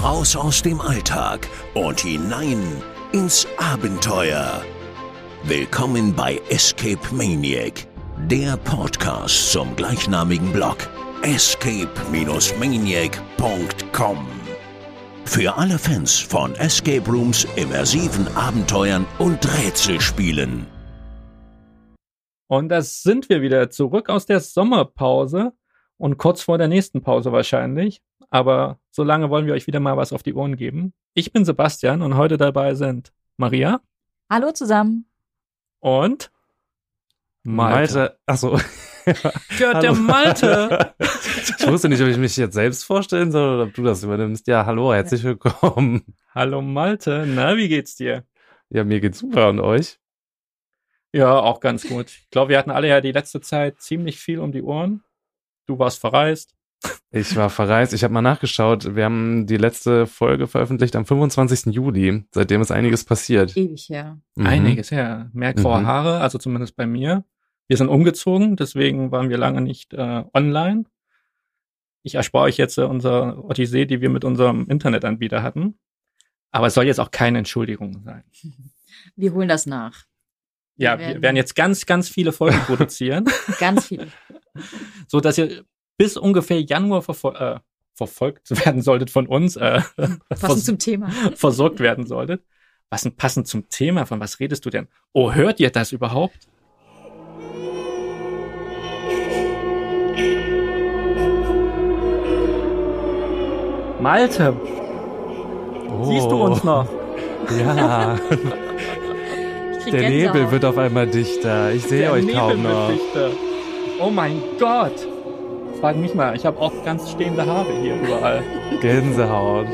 Raus aus dem Alltag und hinein ins Abenteuer. Willkommen bei Escape Maniac, der Podcast zum gleichnamigen Blog escape-maniac.com. Für alle Fans von Escape Rooms, immersiven Abenteuern und Rätselspielen. Und da sind wir wieder zurück aus der Sommerpause und kurz vor der nächsten Pause wahrscheinlich. Aber so lange wollen wir euch wieder mal was auf die Ohren geben. Ich bin Sebastian und heute dabei sind Maria. Hallo zusammen. Und Malte. Achso. Ja, der Malte. Ich wusste nicht, ob ich mich jetzt selbst vorstellen soll oder ob du das übernimmst. Ja, hallo, herzlich willkommen. Hallo Malte. Na, wie geht's dir? Ja, mir geht's super und euch? Ja, auch ganz gut. Ich glaube, wir hatten alle ja die letzte Zeit ziemlich viel um die Ohren. Du warst verreist. Ich war verreist. Ich habe mal nachgeschaut. Wir haben die letzte Folge veröffentlicht am 25. Juli. Seitdem ist einiges passiert. Ewig her. Einiges, ja. Mehr graue Haare, also zumindest bei mir. Wir sind umgezogen, deswegen waren wir lange nicht online. Ich erspare euch jetzt unsere Odyssee, die wir mit unserem Internetanbieter hatten. Aber es soll jetzt auch keine Entschuldigung sein. Wir holen das nach. Ja, wir werden jetzt ganz, ganz viele Folgen produzieren. Ganz viele. So dass ihr bis ungefähr Januar verfolgt werden solltet von uns. Passend zum Thema. Versorgt werden solltet. Was denn passend zum Thema? Von was redest du denn? Oh, hört ihr das überhaupt? Malte, siehst du uns noch? Ja. Der Nebel wird auf einmal dichter. Ich sehe euch kaum noch. Oh mein Gott. Frag mich mal, ich habe auch ganz stehende Haare hier überall. Gänsehaut.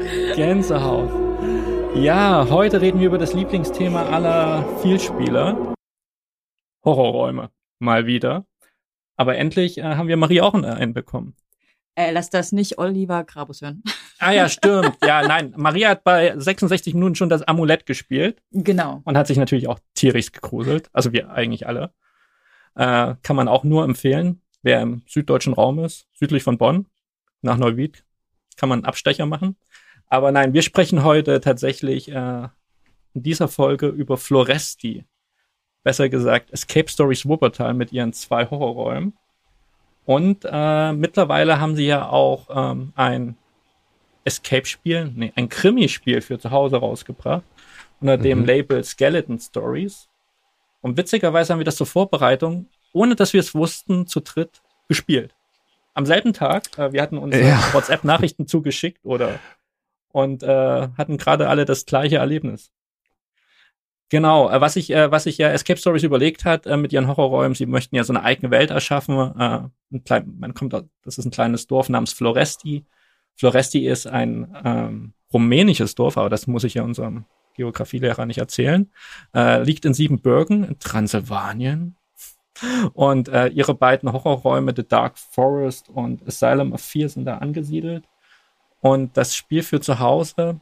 Ja, heute reden wir über das Lieblingsthema aller Vielspieler. Horrorräume. Mal wieder. Aber endlich haben wir Marie auch einen bekommen. Lass das nicht Oliver Grabus hören. Ah ja, stimmt. Ja, nein. Maria hat bei 66 Minuten schon das Amulett gespielt. Genau. Und hat sich natürlich auch tierisch gegruselt. Also wir eigentlich alle. Kann man auch nur empfehlen. Wer im süddeutschen Raum ist, südlich von Bonn, nach Neuwied, kann man einen Abstecher machen. Aber nein, wir sprechen heute tatsächlich in dieser Folge über Floresti. Besser gesagt, Escape Stories Wuppertal mit ihren 2 Horrorräumen. Und mittlerweile haben sie ja auch ein Escape-Spiel, ein Krimi-Spiel für zu Hause rausgebracht, unter dem Label Skeleton Stories. Und witzigerweise haben wir das zur Vorbereitung, ohne dass wir es wussten, zu dritt gespielt. Am selben Tag, wir hatten uns WhatsApp-Nachrichten zugeschickt und hatten gerade alle das gleiche Erlebnis. Genau, was sich ja Escape Stories überlegt hat mit ihren Horrorräumen, sie möchten ja so eine eigene Welt erschaffen. Das ist ein kleines Dorf namens Floresti. Floresti ist ein rumänisches Dorf, aber das muss ich ja unserem Geografielehrer nicht erzählen. Liegt in Siebenbürgen in Transsilvanien. Und ihre beiden Horrorräume, The Dark Forest und Asylum of Fear, sind da angesiedelt. Und das Spiel für zu Hause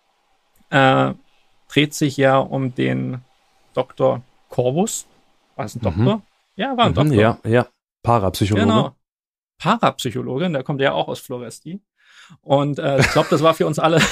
dreht sich ja um den Dr. Corvus. War es ein Doktor? Ja, war ein Doktor. Ja. Parapsychologe. Genau. Parapsychologe, der kommt ja auch aus Floresti. Und ich glaube, das war für uns alle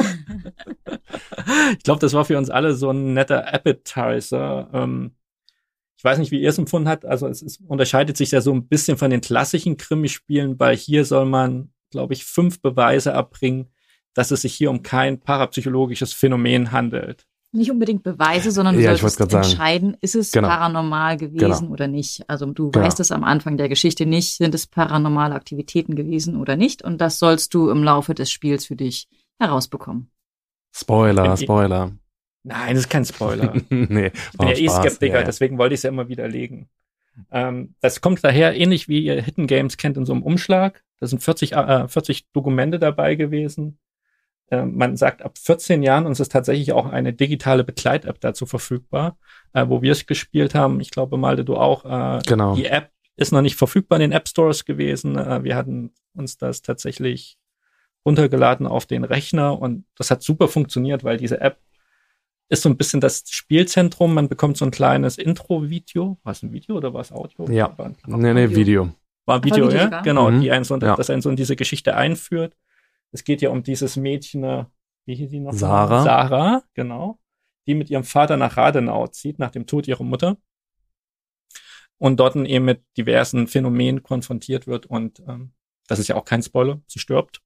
so ein netter Appetizer. Ich weiß nicht, wie ihr es empfunden habt. Also es unterscheidet sich ja so ein bisschen von den klassischen Krimispielen, weil hier soll man, glaube ich, 5 Beweise erbringen, dass es sich hier um kein parapsychologisches Phänomen handelt. Nicht unbedingt Beweise, sondern du solltest entscheiden, ist es paranormal gewesen oder nicht. Also du weißt es am Anfang der Geschichte nicht, sind es paranormale Aktivitäten gewesen oder nicht. Und das sollst du im Laufe des Spiels für dich herausbekommen. Spoiler. Nein, das ist kein Spoiler. Nee, ich bin ja Skeptiker, deswegen wollte ich es ja immer widerlegen. Das kommt daher ähnlich wie ihr Hidden Games kennt in so einem Umschlag. Da sind 40 Dokumente dabei gewesen. Man sagt ab 14 Jahren, und es ist tatsächlich auch eine digitale Begleit-App dazu verfügbar, wo wir es gespielt haben. Ich glaube, Malte, du auch. Genau. Die App ist noch nicht verfügbar in den App Stores gewesen. Wir hatten uns das tatsächlich runtergeladen auf den Rechner und das hat super funktioniert, weil diese App ist so ein bisschen das Spielzentrum. Man bekommt so ein kleines Intro-Video. War es ein Video oder war es Audio? Ja, nee, Video. War ein Video, ja? Sogar. Genau, das einen so in diese Geschichte einführt. Es geht ja um dieses Mädchen, wie hieß sie noch? Sarah. Sarah, genau. Die mit ihrem Vater nach Radenau zieht, nach dem Tod ihrer Mutter. Und dort eben mit diversen Phänomenen konfrontiert wird. Und das ist ja auch kein Spoiler, sie stirbt.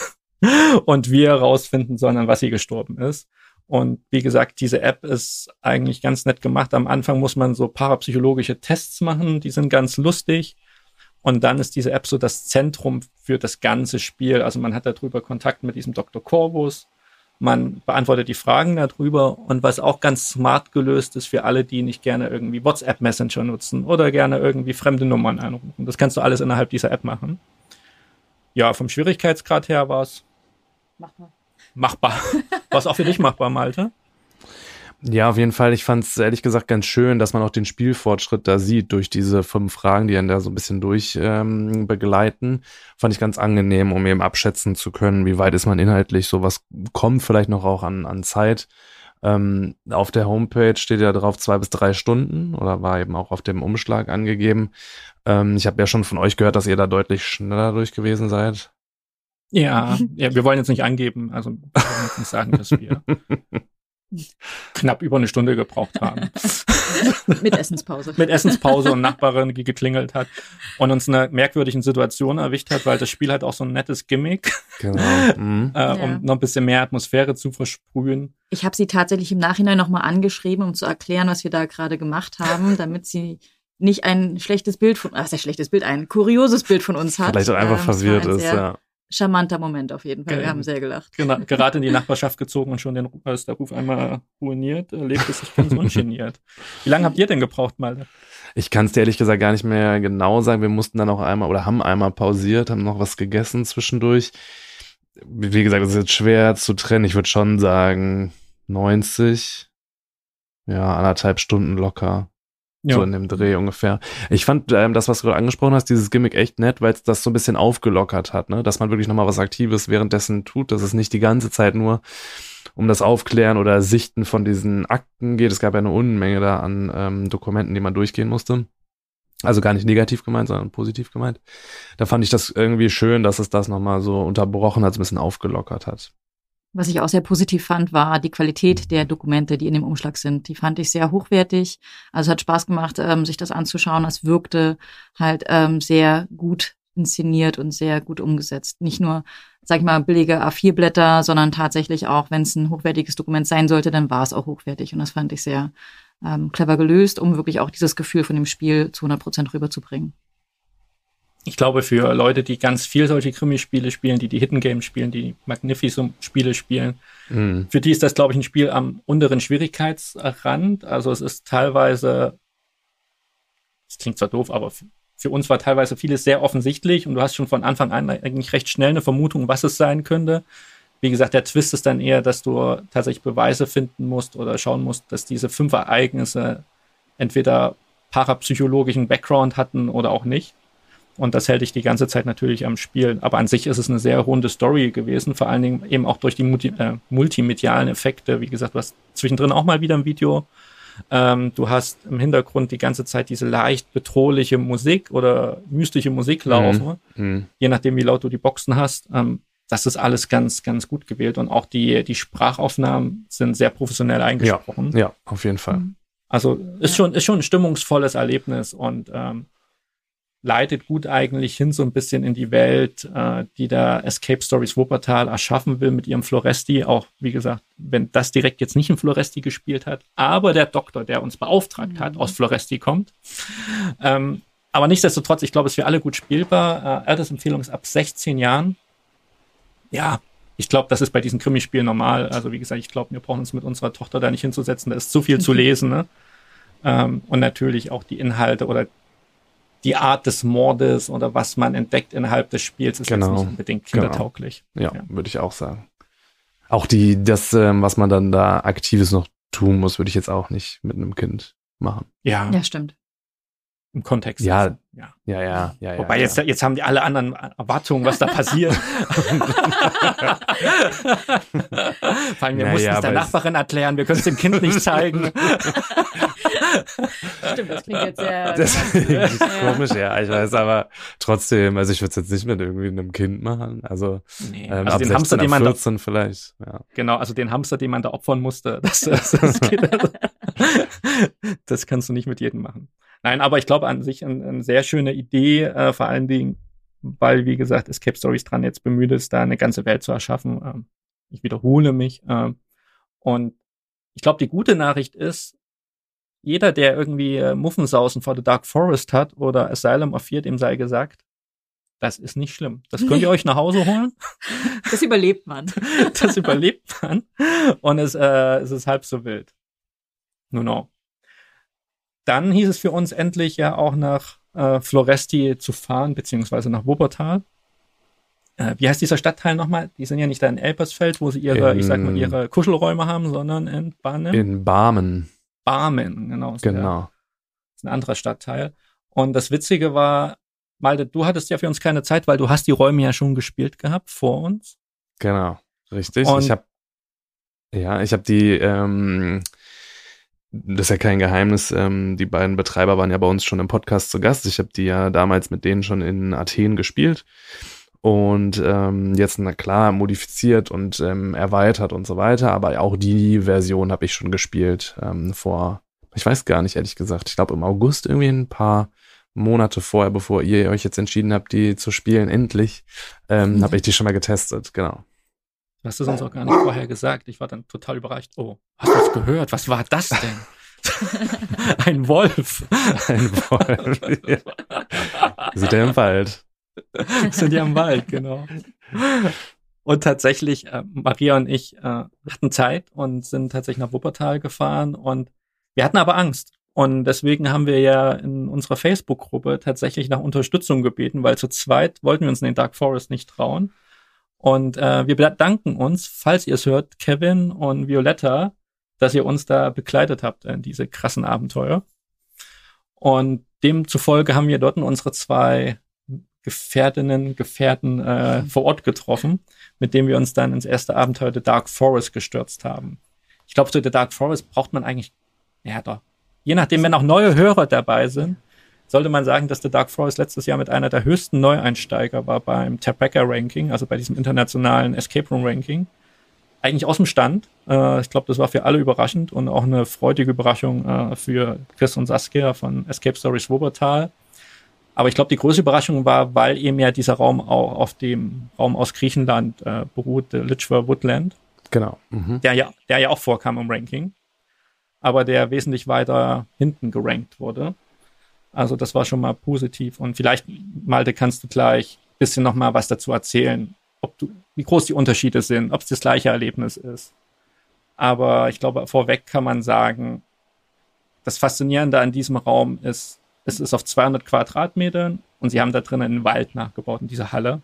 Und wir herausfinden sollen, an was sie gestorben ist. Und wie gesagt, diese App ist eigentlich ganz nett gemacht. Am Anfang muss man so parapsychologische Tests machen, die sind ganz lustig. Und dann ist diese App so das Zentrum für das ganze Spiel. Also man hat darüber Kontakt mit diesem Dr. Corvus. Man beantwortet die Fragen darüber. Und was auch ganz smart gelöst ist für alle, die nicht gerne irgendwie WhatsApp Messenger nutzen oder gerne irgendwie fremde Nummern anrufen. Das kannst du alles innerhalb dieser App machen. Ja, vom Schwierigkeitsgrad her war es machbar. War es auch für dich machbar, Malte? Ja, auf jeden Fall. Ich fand es ehrlich gesagt ganz schön, dass man auch den Spielfortschritt da sieht durch diese 5 Fragen, die einen da so ein bisschen durch begleiten. Fand ich ganz angenehm, um eben abschätzen zu können, wie weit ist man inhaltlich, sowas kommt vielleicht noch auch an Zeit. Auf der Homepage steht ja drauf 2 bis 3 Stunden oder war eben auch auf dem Umschlag angegeben. Ich habe ja schon von euch gehört, dass ihr da deutlich schneller durch gewesen seid. Ja, wir wollen jetzt nicht angeben, also wir wollen jetzt nicht sagen, dass wir knapp über eine Stunde gebraucht haben. Mit Essenspause. Mit Essenspause und Nachbarin, die geklingelt hat und uns in einer merkwürdigen Situation erwischt hat, weil das Spiel hat auch so ein nettes Gimmick, genau. Um noch ein bisschen mehr Atmosphäre zu versprühen. Ich habe sie tatsächlich im Nachhinein nochmal angeschrieben, um zu erklären, was wir da gerade gemacht haben, damit sie nicht ein ein kurioses Bild von uns hat. Vielleicht auch einfach verwirrt ist, ja. Charmanter Moment auf jeden Fall. Wir haben sehr gelacht. Genau, gerade in die Nachbarschaft gezogen und schon der Ruf einmal ruiniert, lebt es sich ganz ungeniert. Wie lange habt ihr denn gebraucht, Malte? Ich kann es dir ehrlich gesagt gar nicht mehr genau sagen. Wir mussten dann auch haben einmal pausiert, haben noch was gegessen zwischendurch. Wie gesagt, das ist jetzt schwer zu trennen. Ich würde schon sagen 90, 1,5 Stunden locker. Ja. So in dem Dreh ungefähr. Ich fand das, was du gerade angesprochen hast, dieses Gimmick echt nett, weil es das so ein bisschen aufgelockert hat, ne? Dass man wirklich nochmal was Aktives währenddessen tut, dass es nicht die ganze Zeit nur um das Aufklären oder Sichten von diesen Akten geht. Es gab ja eine Unmenge da an Dokumenten, die man durchgehen musste. Also gar nicht negativ gemeint, sondern positiv gemeint. Da fand ich das irgendwie schön, dass es das nochmal so unterbrochen hat, so ein bisschen aufgelockert hat. Was ich auch sehr positiv fand, war die Qualität der Dokumente, die in dem Umschlag sind. Die fand ich sehr hochwertig. Also hat Spaß gemacht, sich das anzuschauen. Es wirkte halt sehr gut inszeniert und sehr gut umgesetzt. Nicht nur, sag ich mal, billige A4-Blätter, sondern tatsächlich auch, wenn es ein hochwertiges Dokument sein sollte, dann war es auch hochwertig. Und das fand ich sehr clever gelöst, um wirklich auch dieses Gefühl von dem Spiel zu 100% rüberzubringen. Ich glaube, für Leute, die ganz viel solche Krimi-Spiele spielen, die Hidden Games spielen, die Magnificum-Spiele spielen, für die ist das, glaube ich, ein Spiel am unteren Schwierigkeitsrand. Also es ist teilweise, das klingt zwar doof, aber für uns war teilweise vieles sehr offensichtlich und du hast schon von Anfang an eigentlich recht schnell eine Vermutung, was es sein könnte. Wie gesagt, der Twist ist dann eher, dass du tatsächlich Beweise finden musst oder schauen musst, dass diese 5 Ereignisse entweder parapsychologischen Background hatten oder auch nicht. Und das hält dich die ganze Zeit natürlich am Spiel. Aber an sich ist es eine sehr runde Story gewesen, vor allen Dingen eben auch durch die multimedialen Effekte. Wie gesagt, du hast zwischendrin auch mal wieder ein Video. Du hast im Hintergrund die ganze Zeit diese leicht bedrohliche Musik oder mystische Musik laufen, je nachdem, wie laut du die Boxen hast. Das ist alles ganz, ganz gut gewählt. Und auch die Sprachaufnahmen sind sehr professionell eingesprochen. Ja, auf jeden Fall. Also ist schon ein stimmungsvolles Erlebnis und leitet gut eigentlich hin so ein bisschen in die Welt, die der Escape Stories Wuppertal erschaffen will mit ihrem Floresti. Auch, wie gesagt, wenn das direkt jetzt nicht in Floresti gespielt hat, aber der Doktor, der uns beauftragt hat, aus Floresti kommt. Aber nichtsdestotrotz, ich glaube, es ist für alle gut spielbar. Altersempfehlung ist ab 16 Jahren. Ja, ich glaube, das ist bei diesen Krimispielen normal. Also wie gesagt, ich glaube, wir brauchen uns mit unserer Tochter da nicht hinzusetzen. Da ist zu viel zu lesen. Ne? Und natürlich auch die Inhalte oder die Art des Mordes oder was man entdeckt innerhalb des Spiels ist jetzt nicht unbedingt kindertauglich. Ja, würde ich auch sagen. Auch was man dann da Aktives noch tun muss, würde ich jetzt auch nicht mit einem Kind machen. Ja, stimmt. im Kontext. Ja. Wobei jetzt haben die alle anderen Erwartungen, was da passiert. Vor allem, wir mussten es der Nachbarin erklären, wir können es dem Kind nicht zeigen. Stimmt, das klingt jetzt sehr komisch, ja, ich weiß, aber trotzdem, also ich würde es jetzt nicht mit irgendwie einem Kind machen, also, also ab den 16, Hamster, den man 14 vielleicht, ja. Genau, also den Hamster, den man da opfern musste, das kannst du nicht mit jedem machen. Nein, aber ich glaube an sich eine sehr schöne Idee, vor allen Dingen, weil, wie gesagt, Escape Stories dran jetzt bemüht ist, da eine ganze Welt zu erschaffen. Ich wiederhole mich. Und ich glaube, die gute Nachricht ist, jeder, der irgendwie Muffensausen vor The Dark Forest hat oder Asylum of Fear, dem sei gesagt, das ist nicht schlimm. Das könnt ihr euch nach Hause holen. Das überlebt man. Das überlebt man. Und es ist halb so wild. Genau. Dann hieß es für uns endlich ja auch nach Floresti zu fahren, beziehungsweise nach Wuppertal. Wie heißt dieser Stadtteil nochmal? Die sind ja nicht da in Elbersfeld, wo sie ihre Kuschelräume haben, sondern in Barmen. In Barmen. Barmen, genau. Genau. Das ist ein anderer Stadtteil. Und das Witzige war, Malte, du hattest ja für uns keine Zeit, weil du hast die Räume ja schon gespielt gehabt vor uns. Genau, richtig. Und ich habe die, das ist ja kein Geheimnis, die beiden Betreiber waren ja bei uns schon im Podcast zu Gast. Ich habe die ja damals mit denen schon in Athen gespielt und jetzt, na klar, modifiziert und erweitert und so weiter, aber auch die Version habe ich schon gespielt ich weiß gar nicht, ehrlich gesagt, ich glaube im August irgendwie ein paar Monate vorher, bevor ihr euch jetzt entschieden habt, die zu spielen, endlich, habe ich die schon mal getestet, genau. Du hast es uns auch gar nicht vorher gesagt. Ich war dann total überrascht. Oh, hast du es gehört? Was war das denn? Ein Wolf. Ein Wolf, ja. Sind ja im Wald. Sind ja im Wald, genau. Und tatsächlich, Maria und ich hatten Zeit und sind tatsächlich nach Wuppertal gefahren und wir hatten aber Angst. Und deswegen haben wir ja in unserer Facebook-Gruppe tatsächlich nach Unterstützung gebeten, weil zu zweit wollten wir uns in den Dark Forest nicht trauen. Und wir bedanken uns, falls ihr es hört, Kevin und Violetta, dass ihr uns da begleitet habt in diese krassen Abenteuer. Und demzufolge haben wir dort unsere 2 Gefährten vor Ort getroffen, mit denen wir uns dann ins erste Abenteuer The Dark Forest gestürzt haben. Ich glaube, zu The Dark Forest braucht man eigentlich, je nachdem, wenn auch neue Hörer dabei sind, sollte man sagen, dass The Dark Forest letztes Jahr mit einer der höchsten Neueinsteiger war beim Tabreca-Ranking, also bei diesem internationalen Escape Room-Ranking. Eigentlich aus dem Stand. Ich glaube, das war für alle überraschend und auch eine freudige Überraschung für Chris und Saskia von Escape Stories Wuppertal. Aber ich glaube, die größte Überraschung war, weil eben ja dieser Raum auch auf dem Raum aus Griechenland beruht, der Lichwer Woodland. Genau. Mhm. Der ja auch vorkam im Ranking, aber der wesentlich weiter hinten gerankt wurde. Also das war schon mal positiv. Und vielleicht, Malte, kannst du gleich ein bisschen noch mal was dazu erzählen, wie groß die Unterschiede sind, ob es das gleiche Erlebnis ist. Aber ich glaube, vorweg kann man sagen, das Faszinierende an diesem Raum ist, es ist auf 200 Quadratmetern und sie haben da drinnen einen Wald nachgebaut in dieser Halle.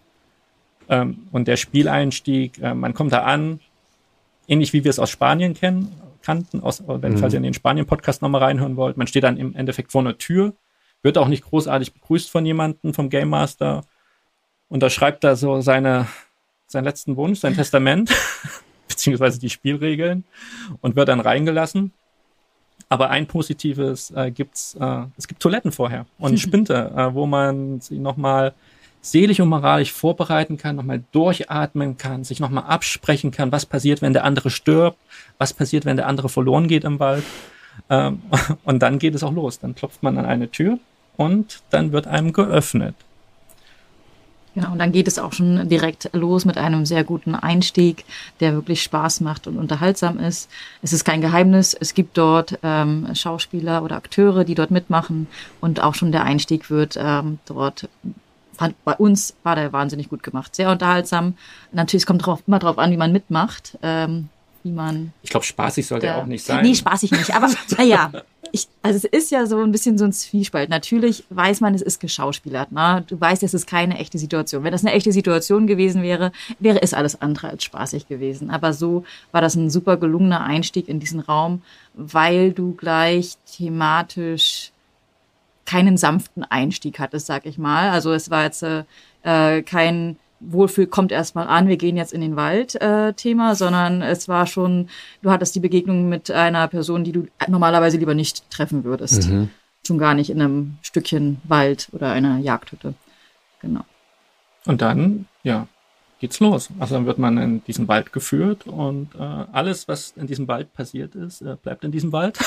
Und der Spieleinstieg, man kommt da an, ähnlich wie wir es aus Spanien kannten, falls ihr in den Spanien-Podcast nochmal reinhören wollt. Man steht dann im Endeffekt vor einer Tür, wird auch nicht großartig begrüßt von jemandem, vom Game Master, unterschreibt da so seinen letzten Wunsch, sein Testament, beziehungsweise die Spielregeln und wird dann reingelassen. Aber ein Positives gibt's, es gibt Toiletten vorher und Spinte, wo man sie nochmal seelisch und moralisch vorbereiten kann, nochmal durchatmen kann, sich nochmal absprechen kann, was passiert, wenn der andere stirbt, was passiert, wenn der andere verloren geht im Wald. Und dann geht es auch los. Dann klopft man an eine Tür und dann wird einem geöffnet. Genau, und dann geht es auch schon direkt los mit einem sehr guten Einstieg, der wirklich Spaß macht und unterhaltsam ist. Es ist kein Geheimnis, es gibt dort Schauspieler oder Akteure, die dort mitmachen und auch schon der Einstieg wird dort, bei uns war der wahnsinnig gut gemacht, sehr unterhaltsam. Natürlich, es kommt immer drauf an, wie man mitmacht, Ich glaube, spaßig sollte er auch nicht sein. Nee, spaßig nicht, aber naja, also es ist ja so ein bisschen so ein Zwiespalt. Natürlich weiß man, es ist geschauspielert. Ne? Du weißt, es ist keine echte Situation. Wenn das eine echte Situation gewesen wäre, wäre es alles andere als spaßig gewesen. Aber so war das ein super gelungener Einstieg in diesen Raum, weil du gleich thematisch keinen sanften Einstieg hattest, sag ich mal. Also es war jetzt kein Wohlfühl kommt erstmal an, wir gehen jetzt in den Wald Thema, sondern es war schon, du hattest die Begegnung mit einer Person, die du normalerweise lieber nicht treffen würdest. Schon gar nicht in einem Stückchen Wald oder einer Jagdhütte. Genau. Und dann, geht's los. Also dann wird man in diesen Wald geführt und alles, was in diesem Wald passiert ist, bleibt in diesem Wald.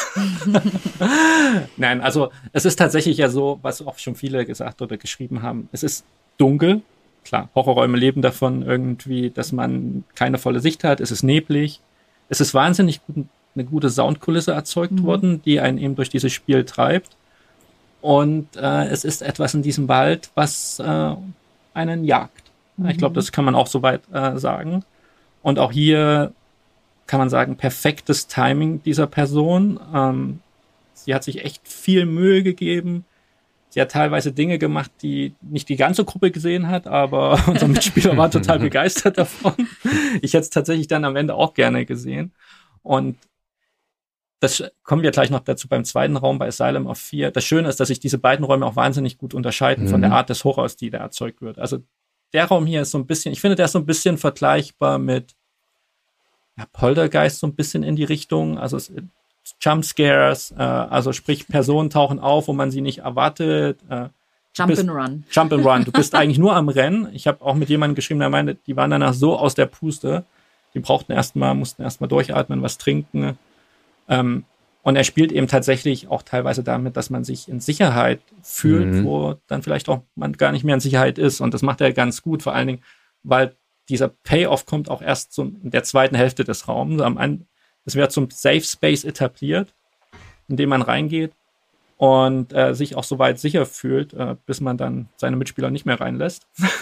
Nein, also es ist tatsächlich ja so, was auch schon viele gesagt oder geschrieben haben, es ist dunkel. Klar, Horrorräume leben davon irgendwie, dass man keine volle Sicht hat. Es ist neblig. Es ist wahnsinnig eine gute Soundkulisse erzeugt worden, die einen eben durch dieses Spiel treibt. Und es ist etwas in diesem Wald, was einen jagt. Ich glaube, das kann man auch soweit sagen. Und auch hier kann man sagen, perfektes Timing dieser Person. Sie hat sich echt viel Mühe gegeben. Sie hat teilweise Dinge gemacht, die nicht die ganze Gruppe gesehen hat, aber unser Mitspieler war total begeistert davon. Ich hätte es tatsächlich dann am Ende auch gerne gesehen. Und das kommen wir gleich noch dazu beim zweiten Raum bei Asylum of Fear. Das Schöne ist, dass sich diese beiden Räume auch wahnsinnig gut unterscheiden von der Art des Horrors, die da erzeugt wird. Also der Raum hier ist so ein bisschen, ich finde, der ist so ein bisschen vergleichbar mit Poltergeist so ein bisschen in die Richtung. Also Jumpscares, also sprich Personen tauchen auf, wo man sie nicht erwartet. Jump and Run. Jump and Run. Du bist eigentlich nur am Rennen. Ich habe auch mit jemandem geschrieben, der meinte, die waren danach so aus der Puste. Die mussten erstmal durchatmen, was trinken. Und er spielt eben tatsächlich auch teilweise damit, dass man sich in Sicherheit fühlt, wo dann vielleicht auch man gar nicht mehr in Sicherheit ist. Und das macht er ganz gut, vor allen Dingen, weil dieser Payoff kommt auch erst so in der zweiten Hälfte des Raums. Es wird zum Safe Space etabliert, in dem man reingeht und sich auch so weit sicher fühlt, bis man dann seine Mitspieler nicht mehr reinlässt.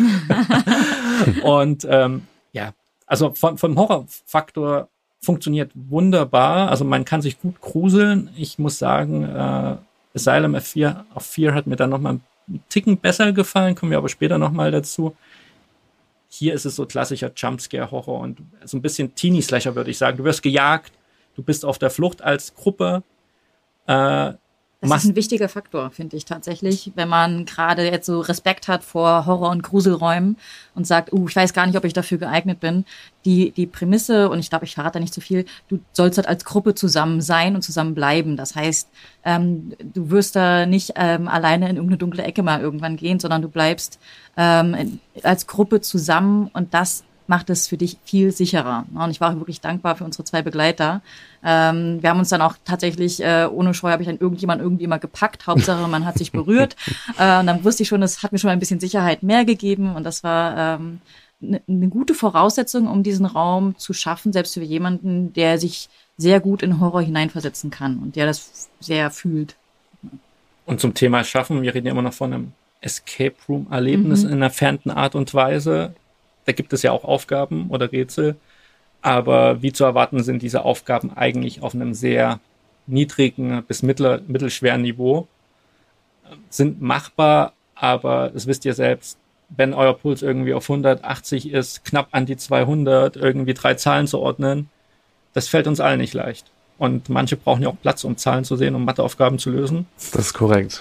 Und also vom Horrorfaktor funktioniert wunderbar. Also man kann sich gut gruseln. Ich muss sagen, Asylum of Fear hat mir dann nochmal einen Ticken besser gefallen, kommen wir aber später nochmal dazu. Hier ist es so klassischer Jumpscare-Horror und so ein bisschen Teenie-Slasher, würde ich sagen. Du wirst gejagt, du bist auf der Flucht als Gruppe. Das ist ein wichtiger Faktor, finde ich tatsächlich, wenn man gerade jetzt so Respekt hat vor Horror- und Gruselräumen und sagt, ich weiß gar nicht, ob ich dafür geeignet bin. Die Prämisse, und ich glaube, ich verrate da nicht zu viel, du sollst halt als Gruppe zusammen sein und zusammen bleiben. Das heißt, du wirst da nicht alleine in irgendeine dunkle Ecke mal irgendwann gehen, sondern du bleibst als Gruppe zusammen und das macht es für dich viel sicherer. Und ich war auch wirklich dankbar für unsere 2 Begleiter. Wir haben uns dann auch tatsächlich, ohne Scheu habe ich dann irgendwie immer gepackt. Hauptsache, man hat sich berührt. Und dann wusste ich schon, das hat mir schon mal ein bisschen Sicherheit mehr gegeben. Und das war eine gute Voraussetzung, um diesen Raum zu schaffen, selbst für jemanden, der sich sehr gut in Horror hineinversetzen kann und der das sehr fühlt. Und zum Thema Schaffen, wir reden ja immer noch von einem Escape Room-Erlebnis in einer fernten Art und Weise. Da gibt es ja auch Aufgaben oder Rätsel, aber wie zu erwarten sind diese Aufgaben eigentlich auf einem sehr niedrigen bis mittelschweren Niveau, sind machbar, aber das wisst ihr selbst, wenn euer Puls irgendwie auf 180 ist, knapp an die 200, irgendwie 3 Zahlen zu ordnen, das fällt uns allen nicht leicht. Und manche brauchen ja auch Platz, um Zahlen zu sehen, um Matheaufgaben zu lösen. Das ist korrekt.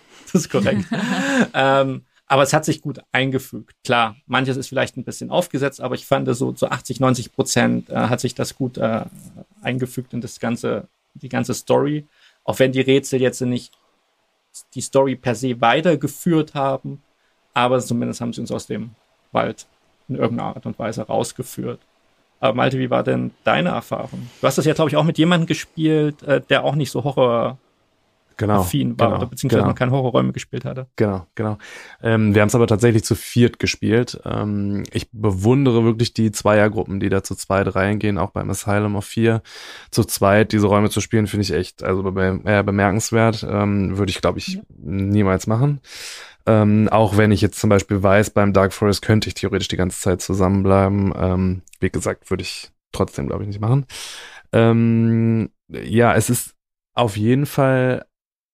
Aber es hat sich gut eingefügt. Klar, manches ist vielleicht ein bisschen aufgesetzt, aber ich fand so zu 80-90% hat sich das gut eingefügt in die ganze Story. Auch wenn die Rätsel jetzt nicht die Story per se weitergeführt haben, aber zumindest haben sie uns aus dem Wald in irgendeiner Art und Weise rausgeführt. Aber Malte, wie war denn deine Erfahrung? Du hast das ja, glaube ich, auch mit jemandem gespielt, der auch nicht so affin war oder beziehungsweise noch keine Horrorräume gespielt hatte. Genau. Wir haben es aber tatsächlich zu 4 gespielt. Ich bewundere wirklich die Zweiergruppen, die da zu 2 reingehen, auch beim Asylum of Fear. Zu 2 diese Räume zu spielen, finde ich echt bemerkenswert. Würde ich, glaube ich, niemals machen. Auch wenn ich jetzt zum Beispiel weiß, beim Dark Forest könnte ich theoretisch die ganze Zeit zusammenbleiben. Wie gesagt, würde ich trotzdem, glaube ich, nicht machen. Es ist auf jeden Fall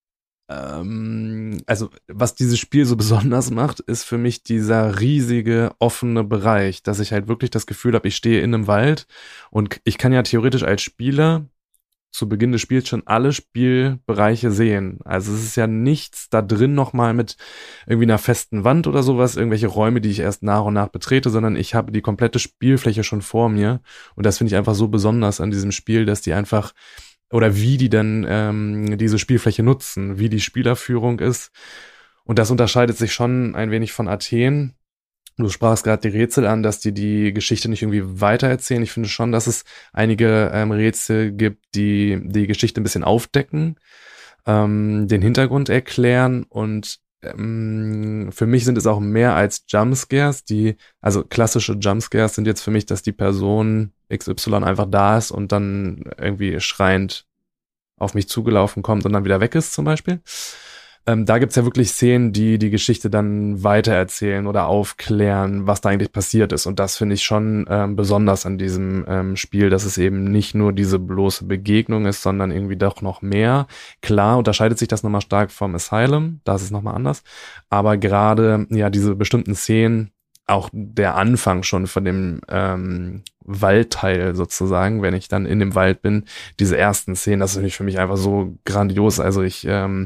also was dieses Spiel so besonders macht, ist für mich dieser riesige offene Bereich, dass ich halt wirklich das Gefühl habe, ich stehe in einem Wald und ich kann ja theoretisch als Spieler zu Beginn des Spiels schon alle Spielbereiche sehen. Also es ist ja nichts da drin nochmal mit irgendwie einer festen Wand oder sowas, irgendwelche Räume, die ich erst nach und nach betrete, sondern ich habe die komplette Spielfläche schon vor mir. Und das finde ich einfach so besonders an diesem Spiel, dass die einfach, oder wie die dann diese Spielfläche nutzen, wie die Spielerführung ist. Und das unterscheidet sich schon ein wenig von Athen. Du sprachst gerade die Rätsel an, dass die Geschichte nicht irgendwie weitererzählen. Ich finde schon, dass es einige Rätsel gibt, die die Geschichte ein bisschen aufdecken, den Hintergrund erklären und für mich sind es auch mehr als Jumpscares, also klassische Jumpscares sind jetzt für mich, dass die Person XY einfach da ist und dann irgendwie schreiend auf mich zugelaufen kommt und dann wieder weg ist zum Beispiel. Da gibt's ja wirklich Szenen, die die Geschichte dann weitererzählen oder aufklären, was da eigentlich passiert ist. Und das finde ich schon besonders an diesem Spiel, dass es eben nicht nur diese bloße Begegnung ist, sondern irgendwie doch noch mehr. Klar unterscheidet sich das nochmal stark vom Asylum, da ist es nochmal anders. Aber gerade ja diese bestimmten Szenen, auch der Anfang schon von dem Waldteil sozusagen, wenn ich dann in dem Wald bin, diese ersten Szenen, das ist für mich einfach so grandios. Also ich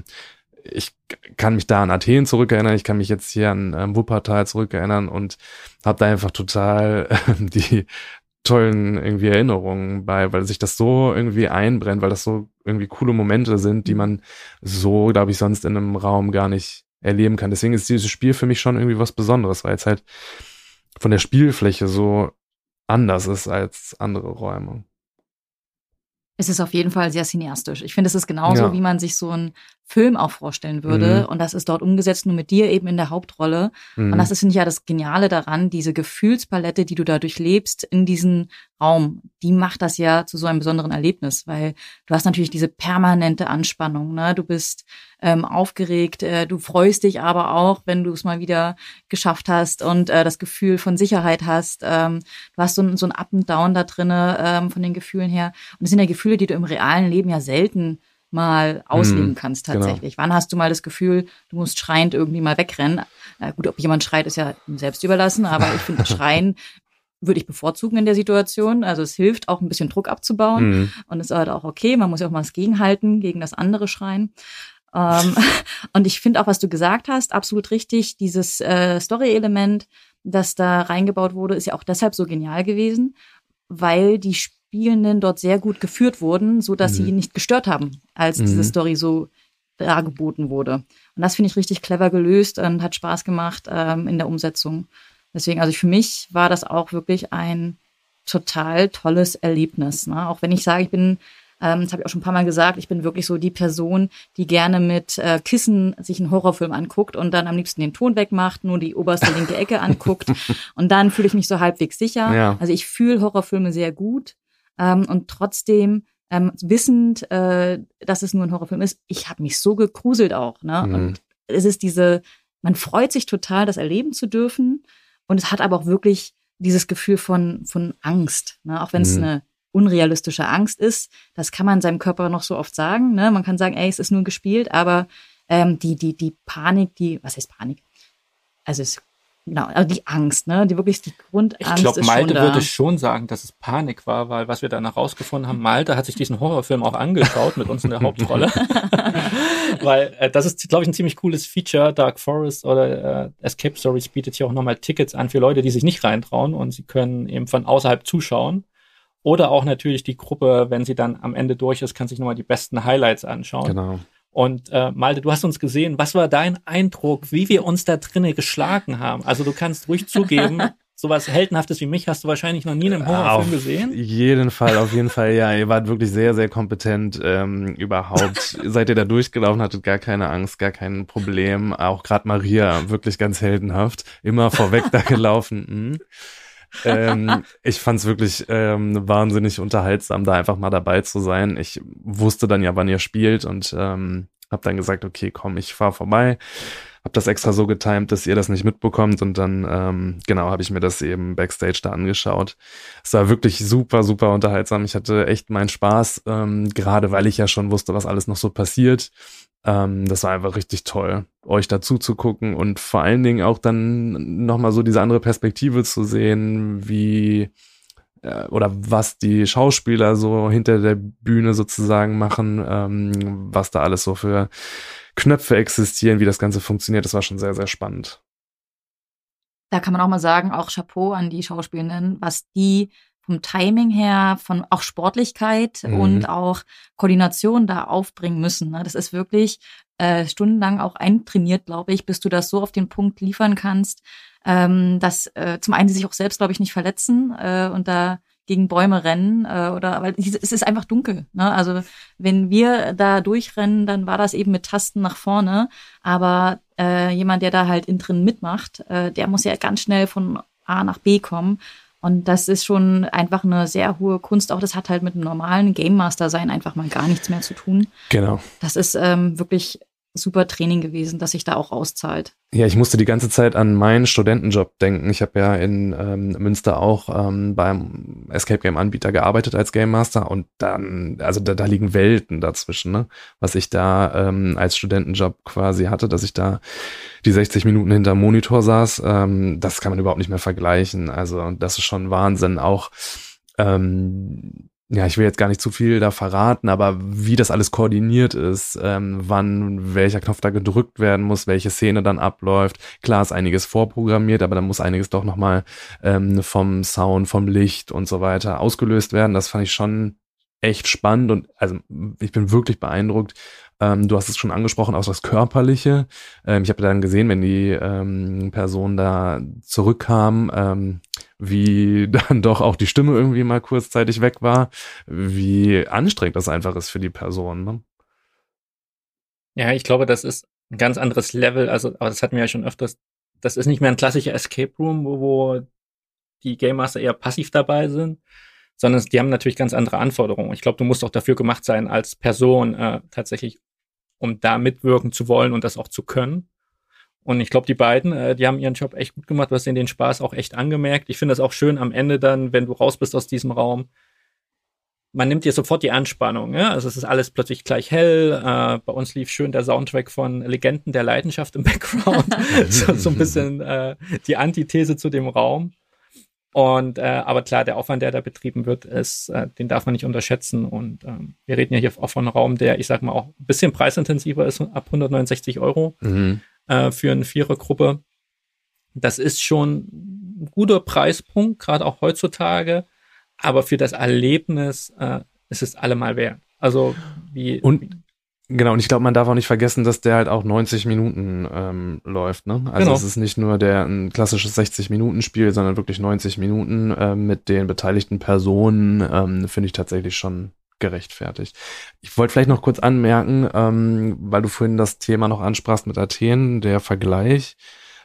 kann mich da an Athen zurückerinnern, ich kann mich jetzt hier an Wuppertal zurückerinnern und habe da einfach total die tollen irgendwie Erinnerungen bei, weil sich das so irgendwie einbrennt, weil das so irgendwie coole Momente sind, die man so, glaube ich, sonst in einem Raum gar nicht erleben kann. Deswegen ist dieses Spiel für mich schon irgendwie was Besonderes, weil es halt von der Spielfläche so anders ist als andere Räume. Es ist auf jeden Fall sehr cineastisch. Ich finde, es ist genauso, wie man sich so einen Film auch vorstellen würde. Und das ist dort umgesetzt, nur mit dir eben in der Hauptrolle. Und das ist, finde ich, ja das Geniale daran, diese Gefühlspalette, die du da durchlebst in diesem Raum, die macht das ja zu so einem besonderen Erlebnis, weil du hast natürlich diese permanente Anspannung, ne? Du bist aufgeregt, du freust dich aber auch, wenn du es mal wieder geschafft hast und das Gefühl von Sicherheit hast. Du hast so ein Up and Down da drinne von den Gefühlen her. Und das sind ja Gefühle, die du im realen Leben ja selten mal ausleben kannst tatsächlich. Genau. Wann hast du mal das Gefühl, du musst schreiend irgendwie mal wegrennen? Gut, ob jemand schreit, ist ja ihm selbst überlassen, aber ich finde, Schreien würde ich bevorzugen in der Situation. Also es hilft auch ein bisschen Druck abzubauen und es ist halt auch okay, man muss ja auch mal das Gegenhalten, gegen das andere Schreien. Und ich finde auch, was du gesagt hast, absolut richtig, dieses Story-Element, das da reingebaut wurde, ist ja auch deshalb so genial gewesen, weil die Spielenden dort sehr gut geführt wurden, so dass sie nicht gestört haben, als diese Story so dargeboten wurde. Und das finde ich richtig clever gelöst und hat Spaß gemacht in der Umsetzung. Deswegen, also für mich war das auch wirklich ein total tolles Erlebnis. Ne? Auch wenn ich sage, ich bin, das habe ich auch schon ein paar Mal gesagt, ich bin wirklich so die Person, die gerne mit Kissen sich einen Horrorfilm anguckt und dann am liebsten den Ton wegmacht, nur die oberste linke Ecke anguckt und dann fühle ich mich so halbwegs sicher. Ja. Also ich fühle Horrorfilme sehr gut und trotzdem wissend, dass es nur ein Horrorfilm ist, ich habe mich so gegruselt auch. Ne? Und es ist man freut sich total, das erleben zu dürfen. Und es hat aber auch wirklich dieses Gefühl von Angst, ne? Auch wenn es eine unrealistische Angst ist. Das kann man seinem Körper noch so oft sagen. Ne? Man kann sagen, ey, es ist nur gespielt, aber die Panik, was heißt Panik? Also die Angst, ne? Die Grundangst ich glaub, ist Malte schon da. Würde schon sagen, dass es Panik war, weil was wir danach rausgefunden haben, Malte hat sich diesen Horrorfilm auch angeschaut mit uns in der Hauptrolle. Weil das ist, glaube ich, ein ziemlich cooles Feature. Dark Forest oder Escape Stories bietet hier auch nochmal Tickets an für Leute, die sich nicht reintrauen und sie können eben von außerhalb zuschauen. Oder auch natürlich die Gruppe, wenn sie dann am Ende durch ist, kann sich nochmal die besten Highlights anschauen. Genau. Und Malte, du hast uns gesehen. Was war dein Eindruck, wie wir uns da drinnen geschlagen haben? Also du kannst ruhig zugeben, sowas Heldenhaftes wie mich hast du wahrscheinlich noch nie in einem Horrorfilm gesehen. Auf jeden Fall, ja. Ihr wart wirklich sehr, sehr kompetent überhaupt. Seid ihr da durchgelaufen, hattet gar keine Angst, gar kein Problem. Auch gerade Maria, wirklich ganz heldenhaft. Immer vorweg da gelaufen. Ich fand's wirklich wahnsinnig unterhaltsam, da einfach mal dabei zu sein. Ich wusste dann ja, wann ihr spielt und habe dann gesagt, okay, komm, ich fahr vorbei. Hab das extra so getimt, dass ihr das nicht mitbekommt und dann, habe ich mir das eben Backstage da angeschaut. Es war wirklich super, super unterhaltsam. Ich hatte echt meinen Spaß, gerade weil ich ja schon wusste, was alles noch so passiert. Das war einfach richtig toll, euch dazu zu gucken und vor allen Dingen auch dann nochmal so diese andere Perspektive zu sehen, wie oder was die Schauspieler so hinter der Bühne sozusagen machen, was da alles so für Knöpfe existieren, wie das Ganze funktioniert. Das war schon sehr, sehr spannend. Da kann man auch mal sagen, auch Chapeau an die Schauspielenden, was die vom Timing her, von auch Sportlichkeit und auch Koordination da aufbringen müssen. Ne? Das ist wirklich stundenlang auch eintrainiert, glaube ich, bis du das so auf den Punkt liefern kannst, dass zum einen sie sich auch selbst, glaube ich, nicht verletzen und da gegen Bäume rennen weil es ist einfach dunkel. Ne? Also wenn wir da durchrennen, dann war das eben mit Tasten nach vorne. Aber jemand, der da halt innen drin mitmacht, der muss ja ganz schnell von A nach B kommen. Und das ist schon einfach eine sehr hohe Kunst. Auch das hat halt mit einem normalen Game Master sein einfach mal gar nichts mehr zu tun. Genau. Das ist wirklich super Training gewesen, dass sich da auch auszahlt. Ja, ich musste die ganze Zeit an meinen Studentenjob denken. Ich habe ja in Münster auch beim Escape Game Anbieter gearbeitet als Game Master und dann, also da liegen Welten dazwischen, ne? Was ich da als Studentenjob quasi hatte, dass ich da die 60 Minuten hinterm Monitor saß, das kann man überhaupt nicht mehr vergleichen. Also das ist schon Wahnsinn. Auch ja, ich will jetzt gar nicht zu viel da verraten, aber wie das alles koordiniert ist, wann welcher Knopf da gedrückt werden muss, welche Szene dann abläuft. Klar ist einiges vorprogrammiert, aber dann muss einiges doch nochmal vom Sound, vom Licht und so weiter ausgelöst werden. Das fand ich schon echt spannend und also ich bin wirklich beeindruckt. Du hast es schon angesprochen, auch das Körperliche. Ich habe dann gesehen, wenn die Person da zurückkam, wie dann doch auch die Stimme irgendwie mal kurzzeitig weg war, wie anstrengend das einfach ist für die Person. Ne? Ja, ich glaube, das ist ein ganz anderes Level. Also, aber das hatten wir ja schon öfters. Das ist nicht mehr ein klassischer Escape Room, wo die Game Master eher passiv dabei sind, sondern die haben natürlich ganz andere Anforderungen. Ich glaube, du musst auch dafür gemacht sein, als Person tatsächlich, um da mitwirken zu wollen und das auch zu können. Und ich glaube, die beiden, die haben ihren Job echt gut gemacht, du hast denen den Spaß auch echt angemerkt. Ich finde das auch schön am Ende dann, wenn du raus bist aus diesem Raum, man nimmt dir sofort die Anspannung. Ja? Also es ist alles plötzlich gleich hell. Bei uns lief schön der Soundtrack von Legenden der Leidenschaft im Background. so ein bisschen die Antithese zu dem Raum. Und aber klar, der Aufwand, der da betrieben wird, den darf man nicht unterschätzen. Und wir reden ja hier auch von einem Raum, der, ich sag mal, auch ein bisschen preisintensiver ist, ab 169 € für eine Vierergruppe. Das ist schon ein guter Preispunkt, gerade auch heutzutage. Aber für das Erlebnis ist es allemal wert. Also Genau, und ich glaube, man darf auch nicht vergessen, dass der halt auch 90 Minuten läuft, ne? Also genau. Es ist nicht nur ein klassisches 60-Minuten-Spiel, sondern wirklich 90 Minuten mit den beteiligten Personen, finde ich tatsächlich schon gerechtfertigt. Ich wollte vielleicht noch kurz anmerken, weil du vorhin das Thema noch ansprachst mit Athen, der Vergleich.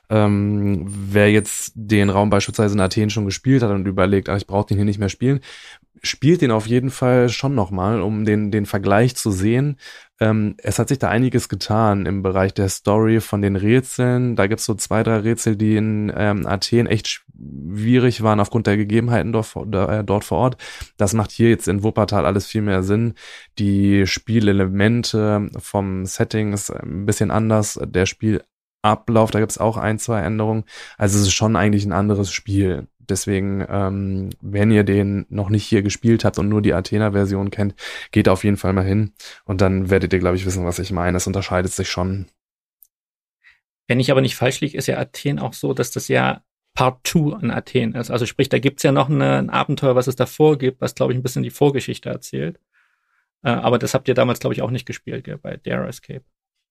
Wer jetzt den Raum beispielsweise in Athen schon gespielt hat und überlegt, ich brauche den hier nicht mehr spielen, spielt den auf jeden Fall schon nochmal, um den Vergleich zu sehen. Es hat sich da einiges getan im Bereich der Story von den Rätseln. Da gibt's so 2, 3 Rätsel, die in Athen echt schwierig waren aufgrund der Gegebenheiten dort vor Ort. Das macht hier jetzt in Wuppertal alles viel mehr Sinn. Die Spielelemente vom Setting ist ein bisschen anders. Der Spielablauf, da gibt's auch 1, 2 Änderungen. Also es ist schon eigentlich ein anderes Spiel. Deswegen, wenn ihr den noch nicht hier gespielt habt und nur die Athena-Version kennt, geht auf jeden Fall mal hin und dann werdet ihr, glaube ich, wissen, was ich meine. Es unterscheidet sich schon. Wenn ich aber nicht falsch liege, ist ja Athen auch so, dass das ja Part 2 an Athen ist. Also sprich, da gibt's ja noch ein Abenteuer, was es davor gibt, was, glaube ich, ein bisschen die Vorgeschichte erzählt. Aber das habt ihr damals, glaube ich, auch nicht gespielt, gell, bei Dare Escape.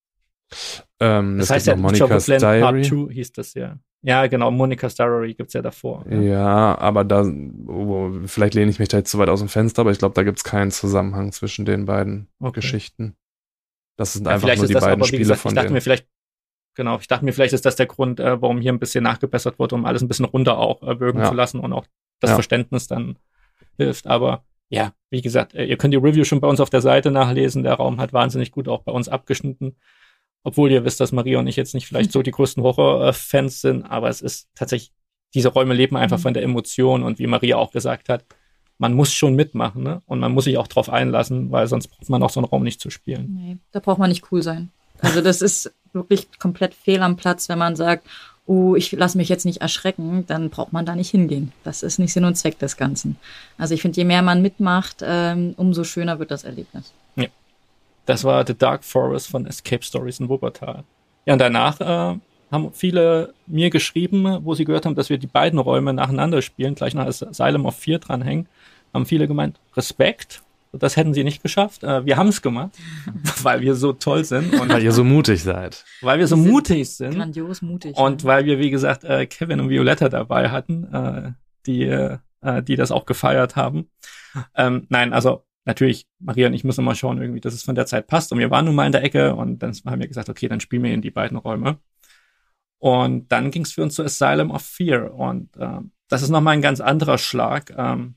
Das heißt ja, Monica's Diary. Part 2 hieß das ja. Ja, genau, Monica's Diary gibt's ja davor. Ja, aber vielleicht lehne ich mich da jetzt zu weit aus dem Fenster, aber ich glaube, da gibt's keinen Zusammenhang zwischen den beiden Geschichten. Das sind einfach nur die beiden Spiele von denen. Ich dachte mir, vielleicht ist das der Grund, warum hier ein bisschen nachgebessert wurde, um alles ein bisschen runter auch wirken zu lassen und auch das Verständnis dann hilft. Aber ja, wie gesagt, ihr könnt die Review schon bei uns auf der Seite nachlesen. Der Raum hat wahnsinnig gut auch bei uns abgeschnitten. Obwohl ihr wisst, dass Maria und ich jetzt nicht vielleicht so die größten Horror-Fans sind, aber es ist tatsächlich, diese Räume leben einfach von der Emotion und wie Maria auch gesagt hat, man muss schon mitmachen, ne? Und man muss sich auch drauf einlassen, weil sonst braucht man auch so einen Raum nicht zu spielen. Nee, da braucht man nicht cool sein. Also das ist wirklich komplett fehl am Platz, wenn man sagt, ich lasse mich jetzt nicht erschrecken, dann braucht man da nicht hingehen. Das ist nicht Sinn und Zweck des Ganzen. Also ich finde, je mehr man mitmacht, umso schöner wird das Erlebnis. Ja. Das war The Dark Forest von Escape Stories in Wuppertal. Ja, und danach haben viele mir geschrieben, wo sie gehört haben, dass wir die beiden Räume nacheinander spielen, gleich nach Asylum of Fear dranhängen, haben viele gemeint, Respekt, das hätten sie nicht geschafft. Wir haben es gemacht, weil wir so toll sind. Und weil ihr so mutig seid. Weil wir so mutig sind. Grandios mutig. Und weil wir, wie gesagt, Kevin und Violetta dabei hatten, die das auch gefeiert haben. Nein, also natürlich, Maria und ich müssen mal schauen, irgendwie, dass es von der Zeit passt. Und wir waren nun mal in der Ecke und dann haben wir gesagt, okay, dann spielen wir in die beiden Räume. Und dann ging es für uns zu Asylum of Fear. Und das ist nochmal ein ganz anderer Schlag.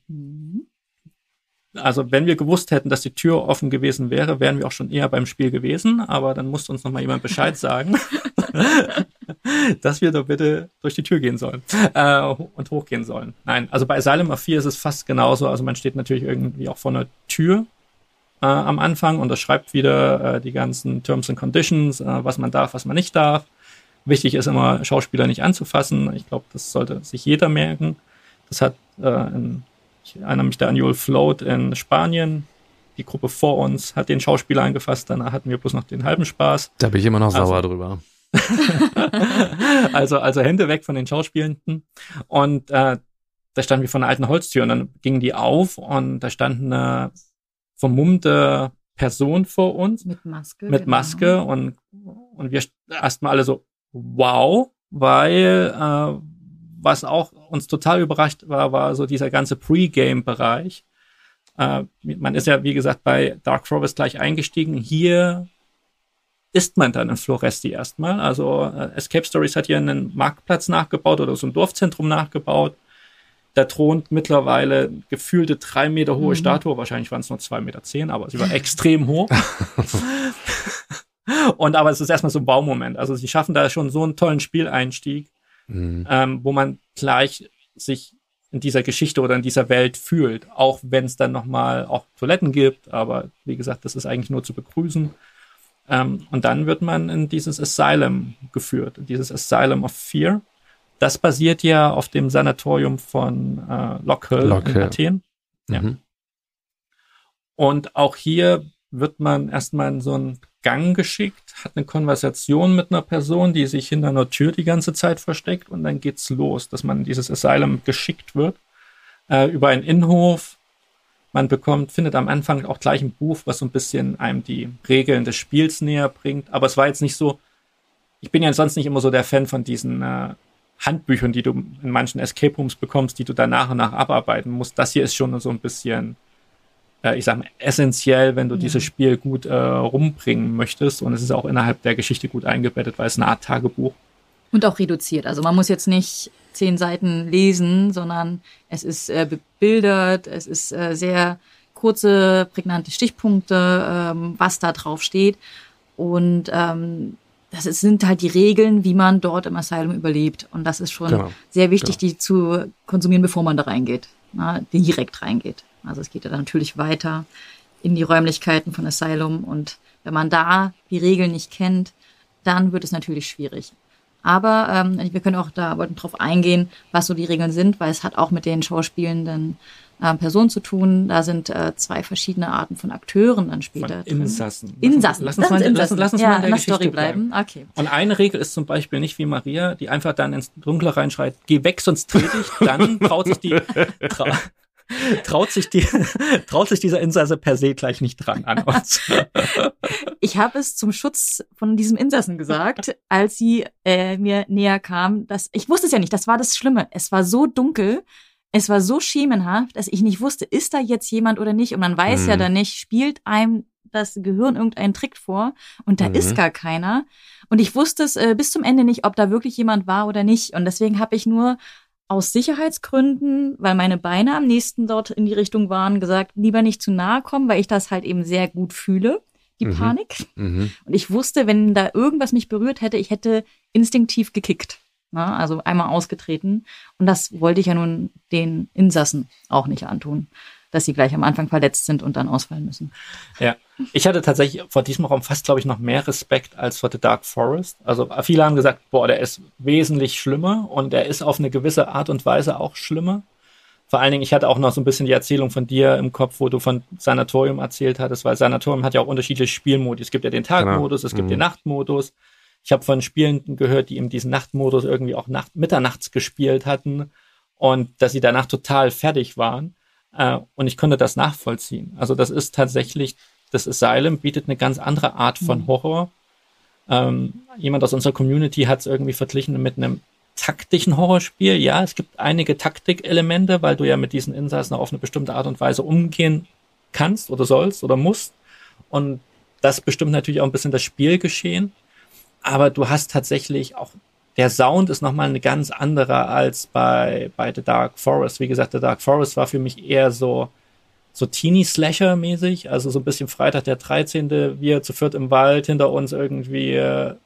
Also wenn wir gewusst hätten, dass die Tür offen gewesen wäre, wären wir auch schon eher beim Spiel gewesen. Aber dann musste uns nochmal jemand Bescheid sagen, dass wir doch bitte durch die Tür gehen sollen und hochgehen sollen. Nein, also bei Asylum of Fear ist es fast genauso. Also man steht natürlich irgendwie auch vor einer Tür am Anfang und das schreibt wieder die ganzen Terms and Conditions, was man darf, was man nicht darf. Wichtig ist immer, Schauspieler nicht anzufassen. Ich glaube, das sollte sich jeder merken. Das hat, ich erinnere mich da an Joel Float in Spanien. Die Gruppe vor uns hat den Schauspieler angefasst. Danach hatten wir bloß noch den halben Spaß. Da bin ich immer noch sauer drüber. also Hände weg von den Schauspielenden. Und da standen wir vor einer alten Holztür und dann gingen die auf und da stand eine vermummte Person vor uns. Mit Maske. Mit Maske und wir erstmal alle so, wow, weil was auch uns total überrascht war so dieser ganze Pre-Game-Bereich. Man ist ja, wie gesagt, bei Dark Forest gleich eingestiegen. Hier ist man dann in Floresti erstmal. Also Escape Stories hat hier einen Marktplatz nachgebaut oder so ein Dorfzentrum nachgebaut. Da thront mittlerweile gefühlte 3 Meter hohe Statue. Wahrscheinlich waren es nur 2,10 Meter, aber sie war extrem hoch. Aber es ist erstmal so ein Baumoment. Also sie schaffen da schon so einen tollen Spieleinstieg, wo man gleich sich in dieser Geschichte oder in dieser Welt fühlt. Auch wenn es dann nochmal auch Toiletten gibt. Aber wie gesagt, das ist eigentlich nur zu begrüßen. Und dann wird man in dieses Asylum geführt. Dieses Asylum of Fear. Das basiert ja auf dem Sanatorium von Lockhill in Athen. Ja. Und auch hier wird man erstmal in so einen Gang geschickt, hat eine Konversation mit einer Person, die sich hinter einer Tür die ganze Zeit versteckt und dann geht's los, dass man in dieses Asylum geschickt wird, über einen Innenhof. Man findet am Anfang auch gleich ein Buch, was so ein bisschen einem die Regeln des Spiels näher bringt, aber es war jetzt nicht so, ich bin ja sonst nicht immer so der Fan von diesen Handbüchern, die du in manchen Escape Rooms bekommst, die du dann nach und nach abarbeiten musst. Das hier ist schon so ein bisschen ich sag mal, essentiell, wenn du dieses Spiel gut rumbringen möchtest. Und es ist auch innerhalb der Geschichte gut eingebettet, weil es eine Art Tagebuch. Und auch reduziert. Also man muss jetzt nicht 10 Seiten lesen, sondern es ist bebildert, es ist sehr kurze, prägnante Stichpunkte, was da drauf steht. Und sind halt die Regeln, wie man dort im Asylum überlebt. Und das ist schon sehr wichtig, die zu konsumieren, bevor man da reingeht. Direkt reingeht. Also es geht ja dann natürlich weiter in die Räumlichkeiten von Asylum und wenn man da die Regeln nicht kennt, dann wird es natürlich schwierig. Aber wir können auch da drauf eingehen, was so die Regeln sind, weil es hat auch mit den schauspielenden Personen zu tun. Da sind 2 verschiedene Arten von Akteuren dann später. Von Insassen. Insassen. Lass uns mal in der Geschichte Story bleiben. Okay. Und eine Regel ist zum Beispiel nicht wie Maria, die einfach dann ins Dunkle reinschreit, geh weg, sonst trete ich. Dann traut sich dieser Insasse per se gleich nicht dran an uns. Ich habe es zum Schutz von diesem Insassen gesagt, als sie mir näher kam, ich wusste es ja nicht, das war das Schlimme. Es war so dunkel, es war so schemenhaft, dass ich nicht wusste, ist da jetzt jemand oder nicht? Und man weiß ja dann nicht, spielt einem das Gehirn irgendeinen Trick vor und da ist gar keiner. Und ich wusste es bis zum Ende nicht, ob da wirklich jemand war oder nicht. Und deswegen habe ich nur aus Sicherheitsgründen, weil meine Beine am nächsten dort in die Richtung waren, gesagt, lieber nicht zu nahe kommen, weil ich das halt eben sehr gut fühle, die Panik. Und ich wusste, wenn da irgendwas mich berührt hätte, ich hätte instinktiv gekickt. Also einmal ausgetreten. Und das wollte ich ja nun den Insassen auch nicht antun, dass sie gleich am Anfang verletzt sind und dann ausfallen müssen. Ja, Ich hatte tatsächlich vor diesem Raum fast, glaube ich, noch mehr Respekt als vor The Dark Forest. Also viele haben gesagt, boah, der ist wesentlich schlimmer und der ist auf eine gewisse Art und Weise auch schlimmer. Vor allen Dingen, ich hatte auch noch so ein bisschen die Erzählung von dir im Kopf, wo du von Sanatorium erzählt hattest, weil Sanatorium hat ja auch unterschiedliche Spielmodi. Es gibt ja den Tagmodus, es gibt den Nachtmodus. Ich habe von Spielenden gehört, die eben diesen Nachtmodus irgendwie auch mitternachts gespielt hatten und dass sie danach total fertig waren. Und ich konnte das nachvollziehen. Also das ist tatsächlich, das Asylum bietet eine ganz andere Art von Horror. Jemand aus unserer Community hat es irgendwie verglichen mit einem taktischen Horrorspiel. Ja, es gibt einige Taktikelemente, weil du ja mit diesen Insassen auf eine bestimmte Art und Weise umgehen kannst oder sollst oder musst. Und das bestimmt natürlich auch ein bisschen das Spielgeschehen. Aber du hast tatsächlich auch, der Sound ist nochmal eine ganz andere als bei The Dark Forest. Wie gesagt, The Dark Forest war für mich eher so Teenie-Slasher-mäßig, also so ein bisschen Freitag der 13., wir zu viert im Wald, hinter uns irgendwie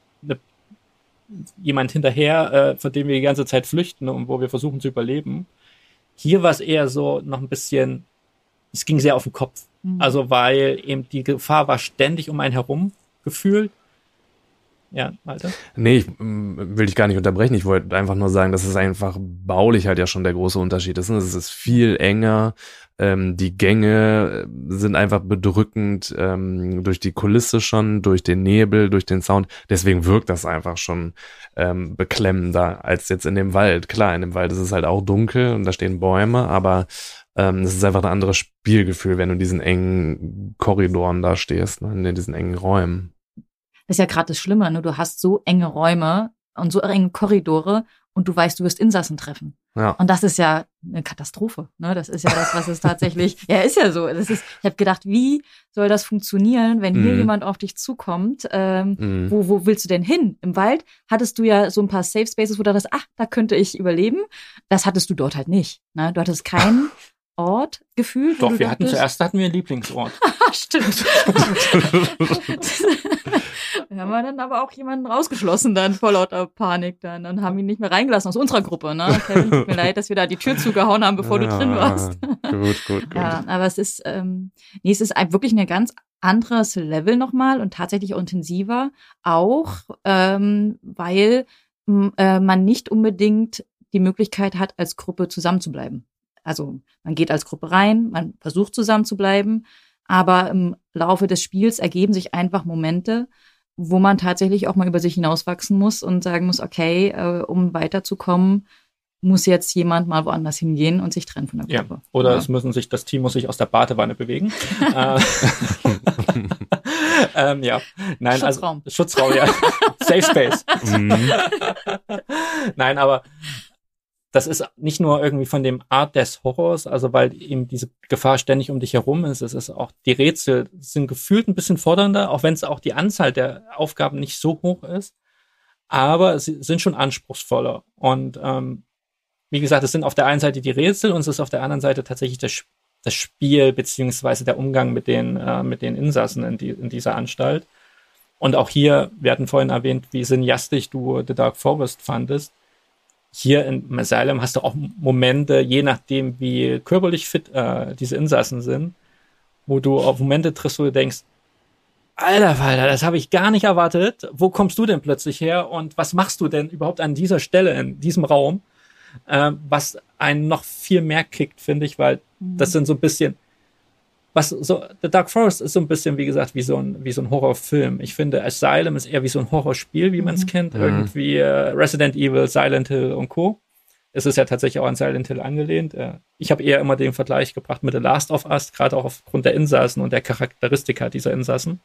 jemand hinterher, von dem wir die ganze Zeit flüchten und wo wir versuchen zu überleben. Hier war es eher so noch ein bisschen, es ging sehr auf den Kopf. Also weil eben die Gefahr war ständig um einen herum gefühlt. Ja, Malte? Nee, will ich gar nicht unterbrechen. Ich wollte einfach nur sagen, dass es einfach baulich halt ja schon der große Unterschied ist. Es ist viel enger. Die Gänge sind einfach bedrückend durch die Kulisse schon, durch den Nebel, durch den Sound. Deswegen wirkt das einfach schon beklemmender als jetzt in dem Wald. Klar, in dem Wald ist es halt auch dunkel und da stehen Bäume, aber es ist einfach ein anderes Spielgefühl, wenn du in diesen engen Korridoren da stehst, ne, in diesen engen Räumen. Das ist ja gerade das Schlimme, ne? Du hast so enge Räume und so enge Korridore und du weißt, du wirst Insassen treffen. Ja. Und das ist ja eine Katastrophe, ne? Das ist ja das, was es tatsächlich, ja, ist ja so. Ich habe gedacht, wie soll das funktionieren, wenn hier jemand auf dich zukommt? Wo willst du denn hin? Im Wald hattest du ja so ein paar Safe Spaces, wo du dachtest, da könnte ich überleben. Das hattest du dort halt nicht, ne? Du hattest keinen Ort gefühlt. Doch, zuerst hatten wir einen Lieblingsort. Stimmt. Wir haben dann aber auch jemanden rausgeschlossen dann vor lauter Panik dann und haben ihn nicht mehr reingelassen aus unserer Gruppe, ne? Kevin, tut mir leid, dass wir da die Tür zugehauen haben, bevor du drin warst. Gut. Ja, aber es ist, es ist wirklich ein ganz anderes Level nochmal und tatsächlich auch intensiver, auch weil man nicht unbedingt die Möglichkeit hat, als Gruppe zusammenzubleiben. Also man geht als Gruppe rein, man versucht zusammen zu bleiben, aber im Laufe des Spiels ergeben sich einfach Momente, wo man tatsächlich auch mal über sich hinauswachsen muss und sagen muss, okay, um weiterzukommen, muss jetzt jemand mal woanders hingehen und sich trennen von der Gruppe. Ja, oder das Team muss sich aus der Badewanne bewegen. Ja, nein, Schutzraum. Also Schutzraum, ja. Safe Space. Nein, aber das ist nicht nur irgendwie von dem Art des Horrors, also weil eben diese Gefahr ständig um dich herum ist. Es ist auch, die Rätsel sind gefühlt ein bisschen fordernder, auch wenn es auch die Anzahl der Aufgaben nicht so hoch ist. Aber sie sind schon anspruchsvoller. Und wie gesagt, es sind auf der einen Seite die Rätsel und es ist auf der anderen Seite tatsächlich das Spiel beziehungsweise der Umgang mit den Insassen in dieser Anstalt. Und auch hier, wir hatten vorhin erwähnt, wie cineastisch du The Dark Forest fandest. Hier im Asylum hast du auch Momente, je nachdem, wie körperlich fit diese Insassen sind, wo du auf Momente triffst, wo du denkst, Alter Falter, das habe ich gar nicht erwartet. Wo kommst du denn plötzlich her und was machst du denn überhaupt an dieser Stelle in diesem Raum? Was einen noch viel mehr kickt, finde ich, weil das sind so ein bisschen, The Dark Forest ist so ein bisschen, wie gesagt, wie so ein Horrorfilm. Ich finde, Asylum ist eher wie so ein Horrorspiel, wie man es kennt. Irgendwie Resident Evil, Silent Hill und Co. Es ist ja tatsächlich auch an Silent Hill angelehnt. Ich habe eher immer den Vergleich gebracht mit The Last of Us, gerade auch aufgrund der Insassen und der Charakteristika dieser Insassen,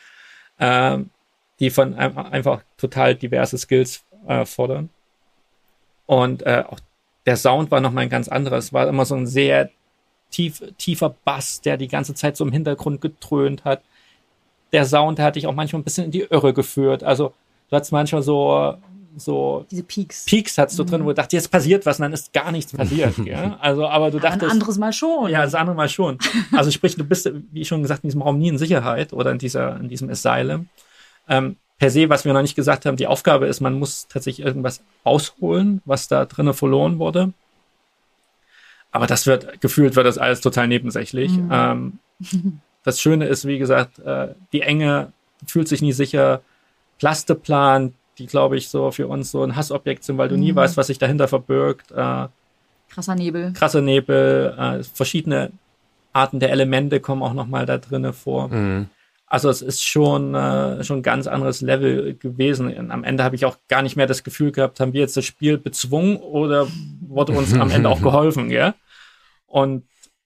die von einfach total diverse Skills fordern. Und auch der Sound war nochmal ein ganz anderer. Es war immer so ein sehr tiefer Bass, der die ganze Zeit so im Hintergrund getrönt hat. Der Sound hat dich auch manchmal ein bisschen in die Irre geführt. Also du hattest manchmal so diese Peaks. Peaks hattest du drin, wo du dachtest, jetzt passiert was und dann ist gar nichts passiert. Ja? Also, aber du dachtest. Ein anderes Mal schon. Ja, das andere Mal schon. Also sprich, du bist, wie schon gesagt, in diesem Raum nie in Sicherheit oder in diesem Asylum. Per se, was wir noch nicht gesagt haben, die Aufgabe ist, man muss tatsächlich irgendwas rausholen, was da drinnen verloren wurde. Aber gefühlt wird das alles total nebensächlich. das Schöne ist, wie gesagt, die Enge, fühlt sich nie sicher. Plasteplan, die, glaube ich, so für uns so ein Hassobjekt sind, weil du nie weißt, was sich dahinter verbirgt. Krasser Nebel. Verschiedene Arten der Elemente kommen auch nochmal da drinnen vor. Also es ist schon ein ganz anderes Level gewesen. Und am Ende habe ich auch gar nicht mehr das Gefühl gehabt, haben wir jetzt das Spiel bezwungen oder wurde uns am Ende auch geholfen, gell? Und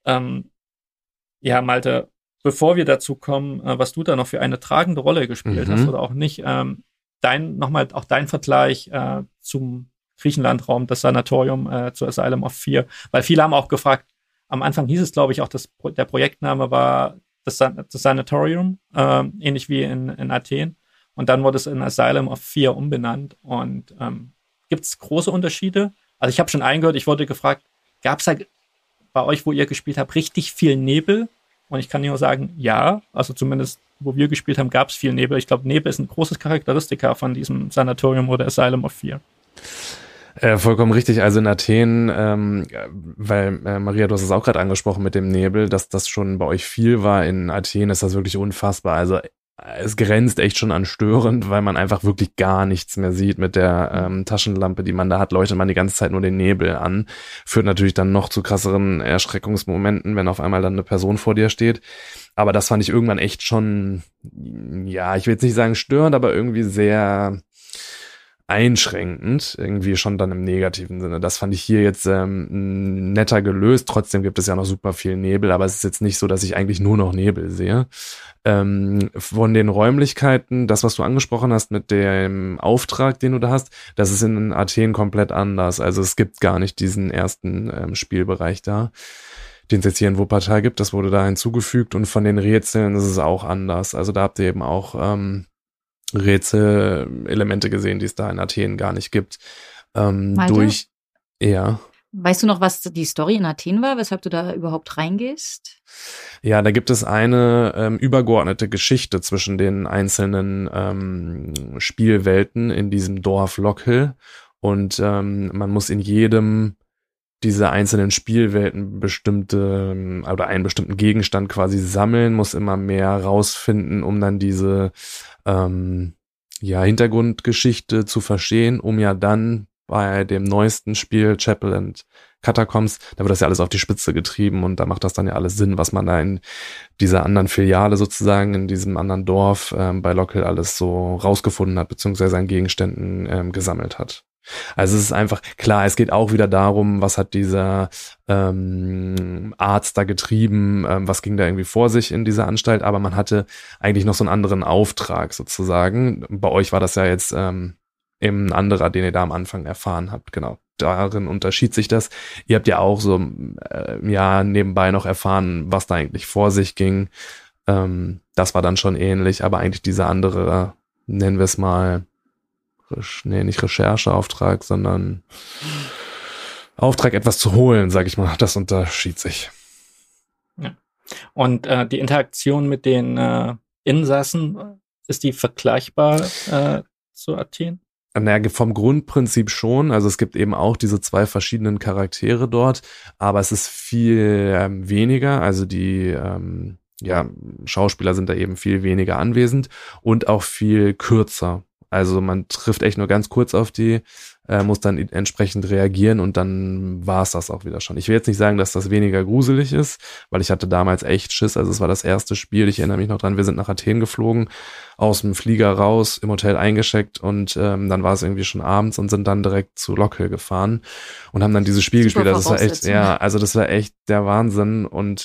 Malte, bevor wir dazu kommen, was du da noch für eine tragende Rolle gespielt hast oder auch nicht, dein Vergleich zum Griechenlandraum, das Sanatorium zu Asylum of Fear, weil viele haben auch gefragt, am Anfang hieß es, glaube ich, auch, der Projektname war das Sanatorium, ähnlich wie in Athen, und dann wurde es in Asylum of Fear umbenannt. Und gibt es große Unterschiede? Also ich habe schon eingehört, ich wurde gefragt, gab es da bei euch, wo ihr gespielt habt, richtig viel Nebel? Und ich kann nur sagen, ja, also zumindest wo wir gespielt haben, gab es viel Nebel. Ich glaube, Nebel ist ein großes Charakteristika von diesem Sanatorium oder Asylum of Fear. Vollkommen richtig. Also in Athen, weil Maria, du hast es auch gerade angesprochen mit dem Nebel, dass das schon bei euch viel war. In Athen ist das wirklich unfassbar. Also es grenzt echt schon an störend, weil man einfach wirklich gar nichts mehr sieht. Mit der Taschenlampe, die man da hat, leuchtet man die ganze Zeit nur den Nebel an. Führt natürlich dann noch zu krasseren Erschreckungsmomenten, wenn auf einmal dann eine Person vor dir steht. Aber das fand ich irgendwann echt schon, ja, ich will jetzt nicht sagen störend, aber irgendwie sehr einschränkend, irgendwie schon dann im negativen Sinne. Das fand ich hier jetzt netter gelöst. Trotzdem gibt es ja noch super viel Nebel, aber es ist jetzt nicht so, dass ich eigentlich nur noch Nebel sehe. Von den Räumlichkeiten, das, was du angesprochen hast mit dem Auftrag, den du da hast, das ist in Athen komplett anders. Also es gibt gar nicht diesen ersten Spielbereich da, den es jetzt hier in Wuppertal gibt. Das wurde da hinzugefügt, und von den Rätseln ist es auch anders. Also da habt ihr eben auch Rätselelemente gesehen, die es da in Athen gar nicht gibt. Weißt du noch, was die Story in Athen war, weshalb du da überhaupt reingehst? Ja, da gibt es eine übergeordnete Geschichte zwischen den einzelnen Spielwelten in diesem Dorf Lockhill, und man muss in jedem dieser einzelnen Spielwelten einen bestimmten Gegenstand quasi sammeln, muss immer mehr rausfinden, um dann diese Hintergrundgeschichte zu verstehen, um ja dann bei dem neuesten Spiel Chapel and Catacombs, da wird das ja alles auf die Spitze getrieben, und da macht das dann ja alles Sinn, was man da in dieser anderen Filiale sozusagen, in diesem anderen Dorf bei Lockhill alles so rausgefunden hat, beziehungsweise an Gegenständen gesammelt hat. Also es ist einfach, klar, es geht auch wieder darum, was hat dieser Arzt da getrieben, was ging da irgendwie vor sich in dieser Anstalt, aber man hatte eigentlich noch so einen anderen Auftrag sozusagen. Bei euch war das ja jetzt eben ein anderer, den ihr da am Anfang erfahren habt, genau. Darin unterschied sich das. Ihr habt ja auch so nebenbei noch erfahren, was da eigentlich vor sich ging. Das war dann schon ähnlich, aber eigentlich dieser andere, nennen wir es mal, nicht Rechercheauftrag, sondern Auftrag, etwas zu holen, sage ich mal, das unterschied sich. Ja. Und die Interaktion mit den Insassen, ist die vergleichbar zu Athen? Naja, vom Grundprinzip schon. Also es gibt eben auch diese zwei verschiedenen Charaktere dort, aber es ist viel weniger. Also die Schauspieler sind da eben viel weniger anwesend und auch viel kürzer. Also man trifft echt nur ganz kurz auf die, muss dann entsprechend reagieren, und dann war es das auch wieder schon. Ich will jetzt nicht sagen, dass das weniger gruselig ist, weil ich hatte damals echt Schiss. Also es war das erste Spiel, ich erinnere mich noch dran, wir sind nach Athen geflogen, aus dem Flieger raus, im Hotel eingecheckt, und dann war es irgendwie schon abends und sind dann direkt zu Lockhill gefahren und haben dann dieses Spiel gespielt. Also das war echt, das war echt der Wahnsinn. Und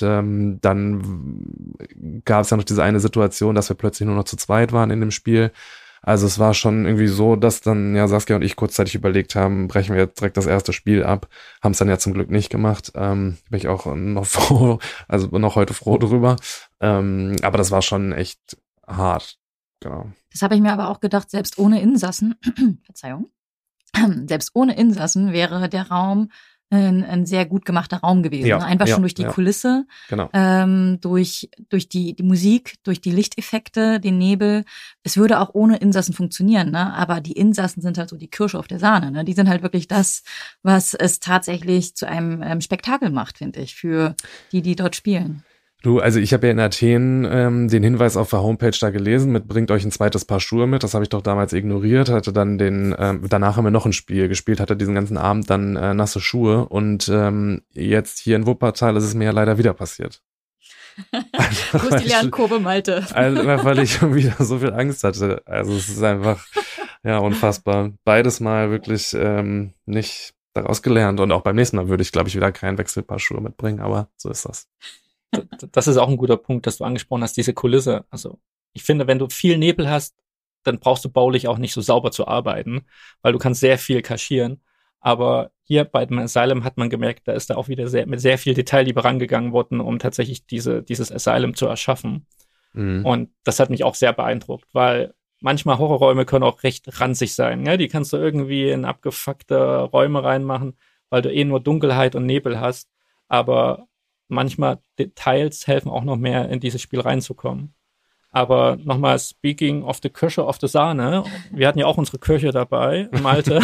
dann gab es ja noch diese eine Situation, dass wir plötzlich nur noch zu zweit waren in dem Spiel. Also es war schon irgendwie so, dass dann Saskia und ich kurzzeitig überlegt haben, brechen wir jetzt direkt das erste Spiel ab. Haben es dann ja zum Glück nicht gemacht. Bin ich auch noch froh, also noch heute froh drüber. Aber das war schon echt hart. Genau. Das habe ich mir aber auch gedacht, selbst ohne Insassen, Verzeihung, selbst ohne Insassen wäre der Raum ein sehr gut gemachter Raum gewesen. Ja, einfach schon durch die Kulisse, genau. Durch die Musik, durch die Lichteffekte, den Nebel. Es würde auch ohne Insassen funktionieren, ne? Aber die Insassen sind halt so die Kirsche auf der Sahne, ne? Die sind halt wirklich das, was es tatsächlich zu einem Spektakel macht, finde ich, für die dort spielen. Du, also ich habe ja in Athen den Hinweis auf der Homepage da gelesen mit bringt euch ein zweites Paar Schuhe mit. Das habe ich doch damals ignoriert, hatte dann danach haben wir noch ein Spiel gespielt, hatte diesen ganzen Abend dann nasse Schuhe und jetzt hier in Wuppertal ist es mir ja leider wieder passiert. Wo ist die Lernkurve, Malte? Weil ich schon wieder so viel Angst hatte. Also es ist einfach, ja, unfassbar. Beides Mal wirklich nicht daraus gelernt und auch beim nächsten Mal würde ich, glaube ich, wieder kein Wechselpaar Schuhe mitbringen, aber so ist das. Das ist auch ein guter Punkt, dass du angesprochen hast, diese Kulisse. Also ich finde, wenn du viel Nebel hast, dann brauchst du baulich auch nicht so sauber zu arbeiten, weil du kannst sehr viel kaschieren. Aber hier bei dem Asylum hat man gemerkt, da ist da auch wieder mit sehr viel Detailliebe rangegangen worden, um tatsächlich dieses Asylum zu erschaffen. Mhm. Und das hat mich auch sehr beeindruckt, weil manchmal Horrorräume können auch recht ranzig sein. Ja? Die kannst du irgendwie in abgefuckte Räume reinmachen, weil du nur Dunkelheit und Nebel hast. Aber manchmal Details helfen auch noch mehr, in dieses Spiel reinzukommen. Aber nochmal, speaking of the Kirsche of the Sahne, wir hatten ja auch unsere Kirche dabei, Malte.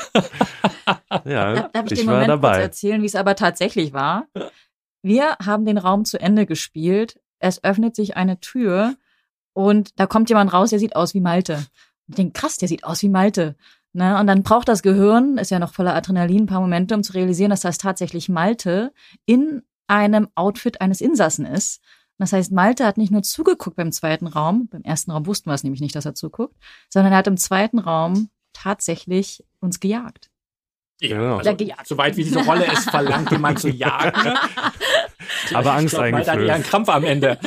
Ja, darf ich den Moment kurz erzählen, wie es aber tatsächlich war? Wir haben den Raum zu Ende gespielt, es öffnet sich eine Tür und da kommt jemand raus, der sieht aus wie Malte. Ich denke, krass, der sieht aus wie Malte. Ne? Und dann braucht das Gehirn, ist ja noch voller Adrenalin, ein paar Momente, um zu realisieren, dass das tatsächlich Malte in einem Outfit eines Insassen ist. Das heißt, Malte hat nicht nur zugeguckt beim zweiten Raum, beim ersten Raum wussten wir es nämlich nicht, dass er zuguckt, sondern er hat im zweiten Raum tatsächlich uns gejagt. Ja, also, soweit wie diese Rolle es verlangt, jemanden zu jagen. Aber Angst eingeflößt. Malte hat ja einen Krampf am Ende.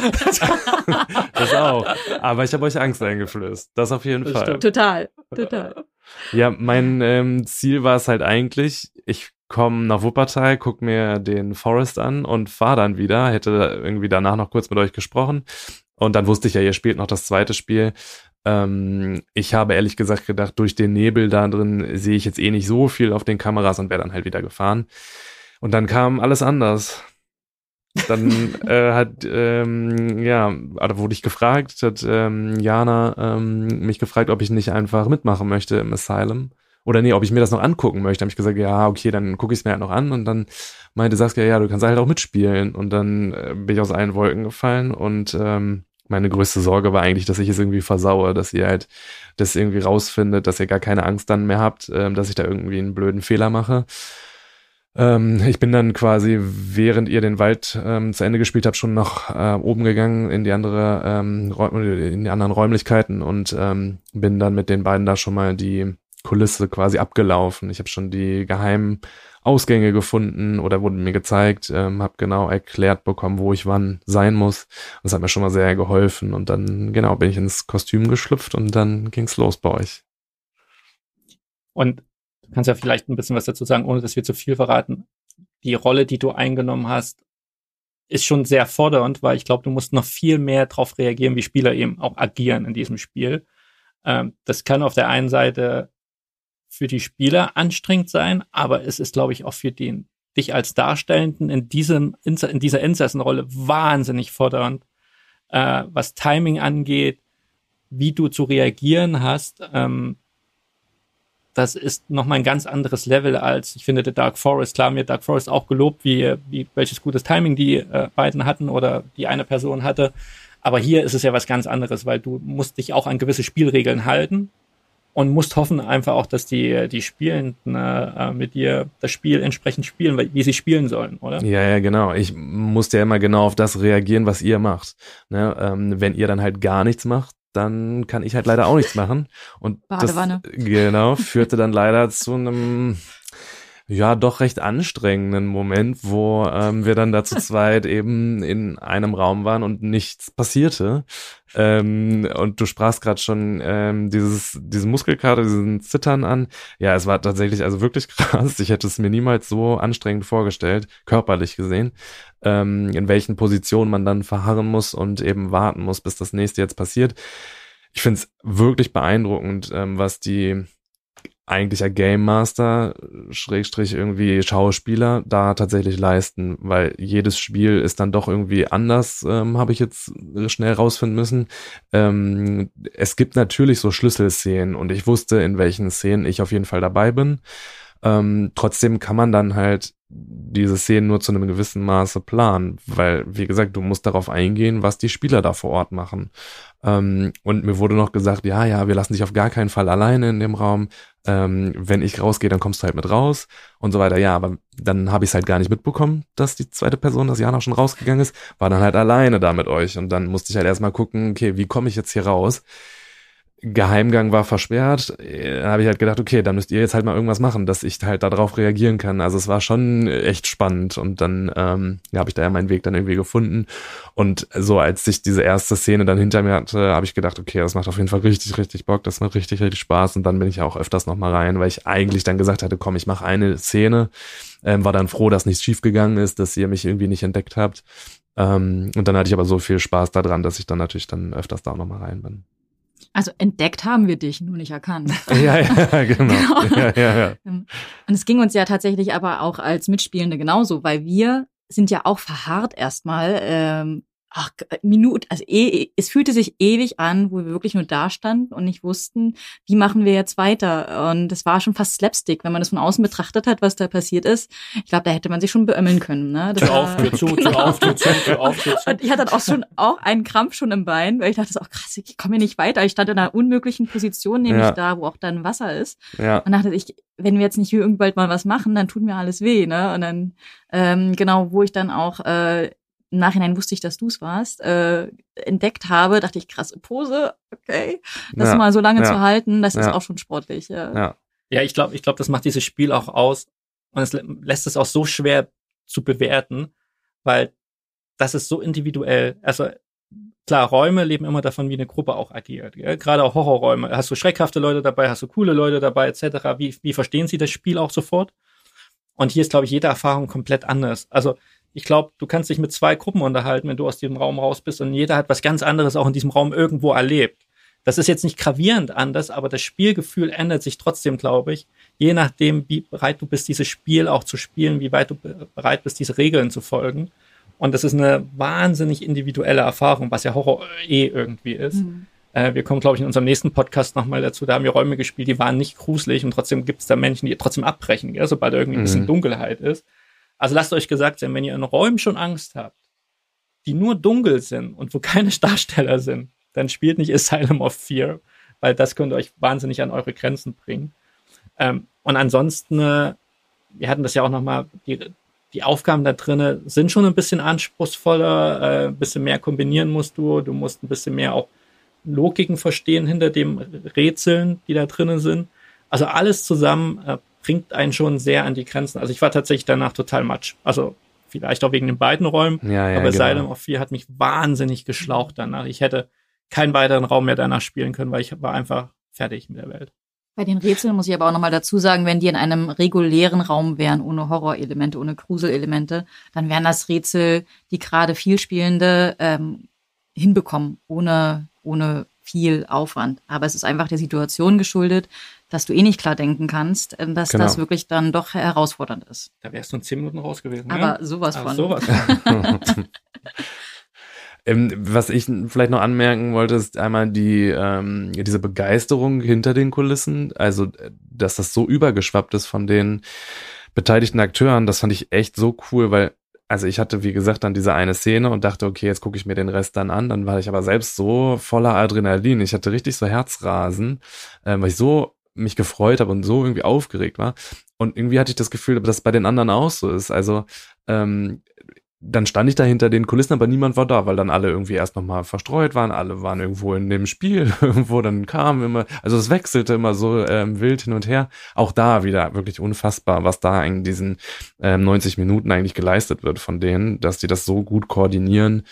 Das auch. Aber ich habe euch Angst eingeflößt. Das auf jeden Fall. Stimmt. Total. Ja, mein Ziel war es halt eigentlich, ich komme nach Wuppertal, guck mir den Forest an und fahre dann wieder. Hätte irgendwie danach noch kurz mit euch gesprochen. Und dann wusste ich ja, ihr spielt noch das zweite Spiel. Ich habe ehrlich gesagt gedacht, durch den Nebel da drin sehe ich jetzt eh nicht so viel auf den Kameras und wäre dann halt wieder gefahren. Und dann kam alles anders. Dann wurde ich gefragt, hat Jana mich gefragt, ob ich nicht einfach mitmachen möchte im Asylum. Oder nee, ob ich mir das noch angucken möchte. Habe ich gesagt, ja, okay, dann gucke ich es mir halt noch an. Und dann meinte Saskia, ja, du kannst halt auch mitspielen. Und dann bin ich aus allen Wolken gefallen. Und meine größte Sorge war eigentlich, dass ich es irgendwie versaue, dass ihr halt das irgendwie rausfindet, dass ihr gar keine Angst dann mehr habt, dass ich da irgendwie einen blöden Fehler mache. Ich bin dann quasi, während ihr den Wald zu Ende gespielt habt, schon nach oben gegangen in die anderen Räumlichkeiten und bin dann mit den beiden da schon mal die Kulisse quasi abgelaufen. Ich habe schon die geheimen Ausgänge gefunden oder wurden mir gezeigt, habe genau erklärt bekommen, wo ich wann sein muss. Das hat mir schon mal sehr geholfen und dann bin ich ins Kostüm geschlüpft und dann ging's los bei euch. Und du kannst ja vielleicht ein bisschen was dazu sagen, ohne dass wir zu viel verraten. Die Rolle, die du eingenommen hast, ist schon sehr fordernd, weil ich glaube, du musst noch viel mehr darauf reagieren, wie Spieler eben auch agieren in diesem Spiel. Das kann auf der einen Seite für die Spieler anstrengend sein, aber es ist, glaube ich, auch für dich als Darstellenden in dieser Insassenrolle wahnsinnig fordernd, was Timing angeht, wie du zu reagieren hast. Das ist nochmal ein ganz anderes Level als, ich finde, The Dark Forest. Klar, mir Dark Forest auch gelobt, wie welches gutes Timing die beiden hatten oder die eine Person hatte. Aber hier ist es ja was ganz anderes, weil du musst dich auch an gewisse Spielregeln halten und musst hoffen einfach auch, dass die Spielenden mit dir das Spiel entsprechend spielen, wie sie spielen sollen, oder? Ja, genau. Ich musste ja immer genau auf das reagieren, was ihr macht. Ne? Wenn ihr dann halt gar nichts macht, dann kann ich halt leider auch nichts machen. Und Badewanne. Das führte dann leider zu einem doch recht anstrengenden Moment, wo wir dann da zu zweit eben in einem Raum waren und nichts passierte. Und du sprachst gerade schon diese Muskelkater, diesen Zittern an. Ja, es war tatsächlich also wirklich krass. Ich hätte es mir niemals so anstrengend vorgestellt, körperlich gesehen, in welchen Positionen man dann verharren muss und eben warten muss, bis das nächste jetzt passiert. Ich finde es wirklich beeindruckend, was die eigentlicher Game Master / irgendwie Schauspieler da tatsächlich leisten, weil jedes Spiel ist dann doch irgendwie anders, habe ich jetzt schnell rausfinden müssen. Es gibt natürlich so Schlüsselszenen und ich wusste, in welchen Szenen ich auf jeden Fall dabei bin. Trotzdem kann man dann halt diese Szenen nur zu einem gewissen Maße planen, weil, wie gesagt, du musst darauf eingehen, was die Spieler da vor Ort machen. Und mir wurde noch gesagt, ja, wir lassen dich auf gar keinen Fall alleine in dem Raum. Wenn ich rausgehe, dann kommst du halt mit raus und so weiter. Ja, aber dann habe ich es halt gar nicht mitbekommen, dass die zweite Person, dass Jana schon rausgegangen ist, war dann halt alleine da mit euch. Und dann musste ich halt erstmal gucken, okay, wie komme ich jetzt hier raus? Geheimgang war versperrt, da habe ich halt gedacht, okay, dann müsst ihr jetzt halt mal irgendwas machen, dass ich halt darauf reagieren kann. Also es war schon echt spannend und dann habe ich da ja meinen Weg dann irgendwie gefunden und so als ich diese erste Szene dann hinter mir hatte, habe ich gedacht, okay, das macht auf jeden Fall richtig, richtig Bock, das macht richtig, richtig Spaß und dann bin ich ja auch öfters nochmal rein, weil ich eigentlich dann gesagt hatte, komm, ich mache eine Szene, war dann froh, dass nichts schief gegangen ist, dass ihr mich irgendwie nicht entdeckt habt und dann hatte ich aber so viel Spaß daran, dass ich dann natürlich dann öfters da auch nochmal rein bin. Also entdeckt haben wir dich, nur nicht erkannt. Ja, genau. Ja. Und es ging uns ja tatsächlich aber auch als Mitspielende genauso, weil wir sind ja auch verharrt erstmal. Es fühlte sich ewig an, wo wir wirklich nur da standen und nicht wussten, wie machen wir jetzt weiter. Und es war schon fast Slapstick, wenn man das von außen betrachtet hat, was da passiert ist. Ich glaube, da hätte man sich schon beömmeln können. Ne? Tür auf, Tür zu. Und ich hatte dann auch einen Krampf schon im Bein, weil ich dachte, oh krass, ich komme hier nicht weiter. Ich stand in einer unmöglichen Position, nämlich da, wo auch dann Wasser ist. Ja. Und dachte ich, wenn wir jetzt nicht hier irgendwann mal was machen, dann tut mir alles weh. Ne? Und dann, wo ich dann auch im Nachhinein wusste ich, dass du es warst, entdeckt habe, dachte ich, krasse Pose, okay. Das mal so lange zu halten, das ist auch schon sportlich. Ja, ich glaube, das macht dieses Spiel auch aus und es lässt es auch so schwer zu bewerten, weil das ist so individuell. Also klar, Räume leben immer davon, wie eine Gruppe auch agiert. Gell? Gerade auch Horrorräume. Hast du schreckhafte Leute dabei, hast du coole Leute dabei, etc. Wie verstehen sie das Spiel auch sofort? Und hier ist, glaube ich, jede Erfahrung komplett anders. Also ich glaube, du kannst dich mit 2 Gruppen unterhalten, wenn du aus diesem Raum raus bist und jeder hat was ganz anderes auch in diesem Raum irgendwo erlebt. Das ist jetzt nicht gravierend anders, aber das Spielgefühl ändert sich trotzdem, glaube ich, je nachdem, wie bereit du bist, dieses Spiel auch zu spielen, wie weit du bereit bist, diese Regeln zu folgen. Und das ist eine wahnsinnig individuelle Erfahrung, was ja Horror irgendwie ist. Mhm. Wir kommen, glaube ich, in unserem nächsten Podcast nochmal dazu, da haben wir Räume gespielt, die waren nicht gruselig und trotzdem gibt es da Menschen, die trotzdem abbrechen, ja, sobald da irgendwie ein bisschen Dunkelheit ist. Also lasst euch gesagt sein, wenn ihr in Räumen schon Angst habt, die nur dunkel sind und wo keine Darsteller sind, dann spielt nicht Asylum of Fear, weil das könnte euch wahnsinnig an eure Grenzen bringen. Und ansonsten, wir hatten das ja auch nochmal, die Aufgaben da drinnen sind schon ein bisschen anspruchsvoller, ein bisschen mehr kombinieren musst du musst ein bisschen mehr auch Logiken verstehen hinter dem Rätseln, die da drinnen sind. Also alles zusammen bringt einen schon sehr an die Grenzen. Also ich war tatsächlich danach total matsch. Also vielleicht auch wegen den beiden Räumen, aber Asylum of Fear hat mich wahnsinnig geschlaucht danach. Ich hätte keinen weiteren Raum mehr danach spielen können, weil ich war einfach fertig mit der Welt. Bei den Rätseln muss ich aber auch nochmal dazu sagen, wenn die in einem regulären Raum wären, ohne Horrorelemente, ohne Gruselelemente, dann wären das Rätsel, die gerade Vielspielende hinbekommen, ohne viel Aufwand. Aber es ist einfach der Situation geschuldet, dass du nicht klar denken kannst, dass das wirklich dann doch herausfordernd ist. Da wärst du in 10 Minuten raus gewesen. Aber sowas von. Was ich vielleicht noch anmerken wollte, ist einmal diese Begeisterung hinter den Kulissen, also dass das so übergeschwappt ist von den beteiligten Akteuren, das fand ich echt so cool, weil also ich hatte, wie gesagt, dann diese eine Szene und dachte, okay, jetzt gucke ich mir den Rest dann an, dann war ich aber selbst so voller Adrenalin, ich hatte richtig so Herzrasen, weil ich so mich gefreut habe und so irgendwie aufgeregt war und irgendwie hatte ich das Gefühl, dass es bei den anderen auch so ist, also dann stand ich da hinter den Kulissen, aber niemand war da, weil dann alle irgendwie erst nochmal verstreut waren, alle waren irgendwo in dem Spiel, irgendwo dann kam immer, also es wechselte immer so wild hin und her. Auch da wieder wirklich unfassbar, was da in diesen 90 Minuten eigentlich geleistet wird von denen, dass die das so gut koordinieren.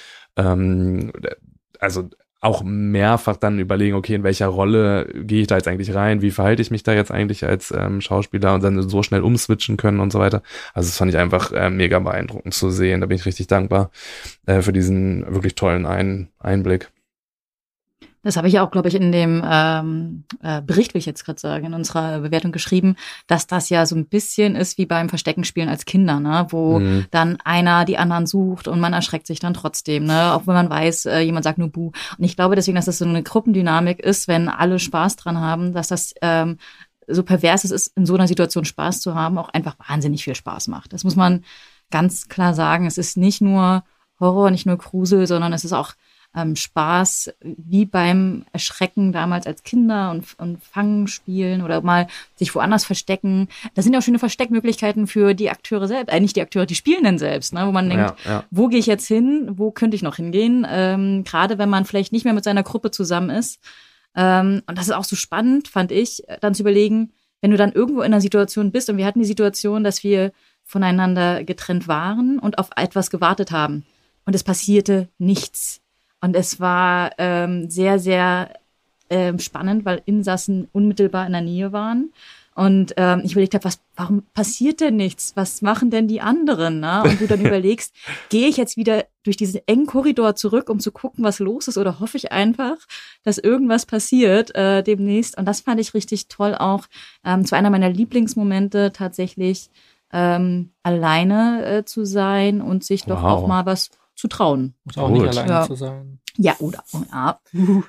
Also auch mehrfach dann überlegen, okay, in welcher Rolle gehe ich da jetzt eigentlich rein, wie verhalte ich mich da jetzt eigentlich als Schauspieler und dann so schnell umswitchen können und so weiter. Also das fand ich einfach mega beeindruckend zu sehen. Da bin ich richtig dankbar für diesen wirklich tollen Einblick. Das habe ich auch, glaube ich, in dem Bericht, will ich jetzt gerade sagen, in unserer Bewertung geschrieben, dass das ja so ein bisschen ist wie beim Versteckenspielen als Kinder, ne, wo dann einer die anderen sucht und man erschreckt sich dann trotzdem, ne, auch wenn man weiß, jemand sagt nur Buh. Und ich glaube deswegen, dass das so eine Gruppendynamik ist, wenn alle Spaß dran haben, dass das so pervers es ist, in so einer Situation Spaß zu haben, auch einfach wahnsinnig viel Spaß macht. Das muss man ganz klar sagen. Es ist nicht nur Horror, nicht nur Grusel, sondern es ist auch Spaß, wie beim Erschrecken damals als Kinder und Fangen spielen oder mal sich woanders verstecken. Das sind ja auch schöne Versteckmöglichkeiten für die Akteure selbst, nicht die Akteure, die Spielenden selbst, ne? Wo man denkt, wo gehe ich jetzt hin, wo könnte ich noch hingehen? Gerade wenn man vielleicht nicht mehr mit seiner Gruppe zusammen ist. Und das ist auch so spannend, fand ich, dann zu überlegen, wenn du dann irgendwo in einer Situation bist, und wir hatten die Situation, dass wir voneinander getrennt waren und auf etwas gewartet haben. Und es passierte nichts. Und es war sehr, sehr spannend, weil Insassen unmittelbar in der Nähe waren. Und ich überlegt habe, warum passiert denn nichts? Was machen denn die anderen? Ne? Und du dann überlegst, gehe ich jetzt wieder durch diesen engen Korridor zurück, um zu gucken, was los ist? Oder hoffe ich einfach, dass irgendwas passiert demnächst? Und das fand ich richtig toll auch. Es war einer meiner Lieblingsmomente tatsächlich, alleine zu sein und sich doch auch mal was zu trauen. Muss auch nicht alleine zu sein. Ja, oder? Ja.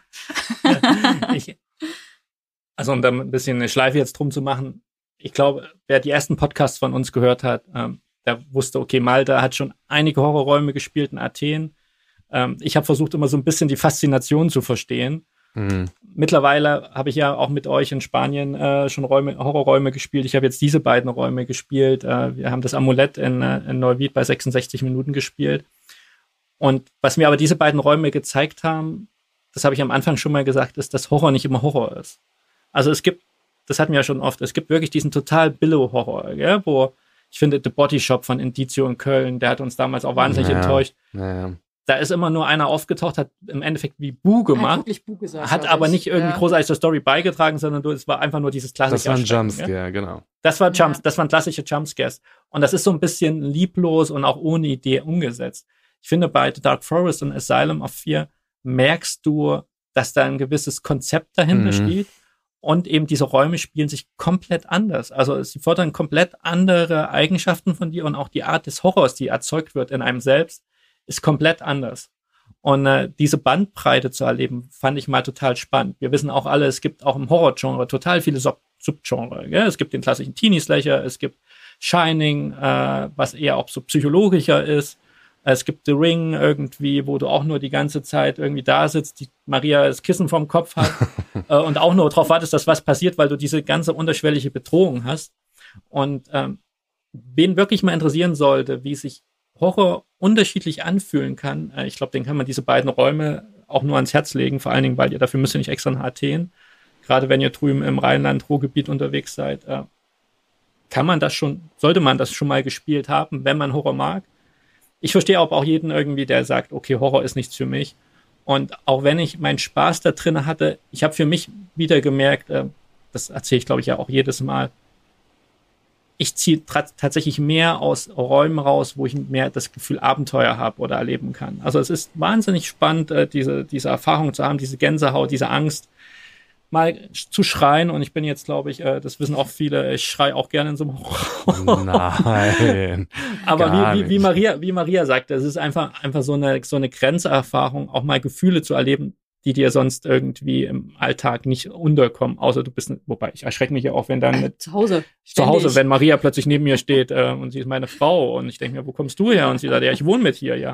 Also um da ein bisschen eine Schleife jetzt drum zu machen, ich glaube, wer die ersten Podcasts von uns gehört hat, der wusste, okay, Malte hat schon einige Horrorräume gespielt in Athen. Ich habe versucht, immer so ein bisschen die Faszination zu verstehen. Mhm. Mittlerweile habe ich ja auch mit euch in Spanien schon Horrorräume gespielt. Ich habe jetzt diese beiden Räume gespielt. Wir haben das Amulett in Neuwied bei 66 Minuten gespielt. Und was mir aber diese beiden Räume gezeigt haben, das habe ich am Anfang schon mal gesagt, ist, dass Horror nicht immer Horror ist. Also es gibt, das hatten wir ja schon oft, es gibt wirklich diesen total Billo-Horror, gell? Wo ich finde, The Body Shop von Indizio in Köln, der hat uns damals auch wahnsinnig enttäuscht. Ja. Da ist immer nur einer aufgetaucht, hat im Endeffekt wie Bu gemacht, hat aber nicht irgendwie großartig zur Story beigetragen, sondern es war einfach nur dieses klassische. Das war ein Jumpscare, genau. Das waren klassische Jumpscares. Und das ist so ein bisschen lieblos und auch ohne Idee umgesetzt. Ich finde, bei The Dark Forest und Asylum of Fear merkst du, dass da ein gewisses Konzept dahinter steht und eben diese Räume spielen sich komplett anders. Also sie fordern komplett andere Eigenschaften von dir und auch die Art des Horrors, die erzeugt wird in einem selbst, ist komplett anders. Und diese Bandbreite zu erleben, fand ich mal total spannend. Wir wissen auch alle, es gibt auch im Horrorgenre total viele Subgenre. Ja? Es gibt den klassischen Teenie-Slasher, es gibt Shining, was eher auch so psychologischer ist. Es gibt The Ring irgendwie, wo du auch nur die ganze Zeit irgendwie da sitzt, die Maria das Kissen vorm Kopf hat und auch nur darauf wartest, dass was passiert, weil du diese ganze unterschwellige Bedrohung hast. Und wen wirklich mal interessieren sollte, wie sich Horror unterschiedlich anfühlen kann, ich glaube, den kann man diese beiden Räume auch nur ans Herz legen, vor allen Dingen, weil dafür müsst ihr nicht extra nach Athen. Gerade wenn ihr drüben im Rheinland-Ruhrgebiet unterwegs seid, sollte man das schon mal gespielt haben, wenn man Horror mag. Ich verstehe aber auch jeden irgendwie, der sagt, okay, Horror ist nichts für mich. Und auch wenn ich meinen Spaß da drin hatte, ich habe für mich wieder gemerkt, das erzähle ich, glaube ich, ja auch jedes Mal, ich ziehe tatsächlich mehr aus Räumen raus, wo ich mehr das Gefühl Abenteuer habe oder erleben kann. Also es ist wahnsinnig spannend, diese Erfahrung zu haben, diese Gänsehaut, diese Angst, mal zu schreien. Und ich bin jetzt, glaube ich, das wissen auch viele, ich schreie auch gerne in so einem Horrorraum. Nein. Aber wie Maria sagte, es ist einfach so eine Grenzerfahrung, auch mal Gefühle zu erleben, die dir sonst irgendwie im Alltag nicht unterkommen, außer du bist, wobei ich erschrecke mich ja auch, wenn dann zu Hause, wenn Maria plötzlich neben mir steht und sie ist meine Frau und ich denke mir, wo kommst du her? Und sie sagt, ja, ich wohne mit hier, ja.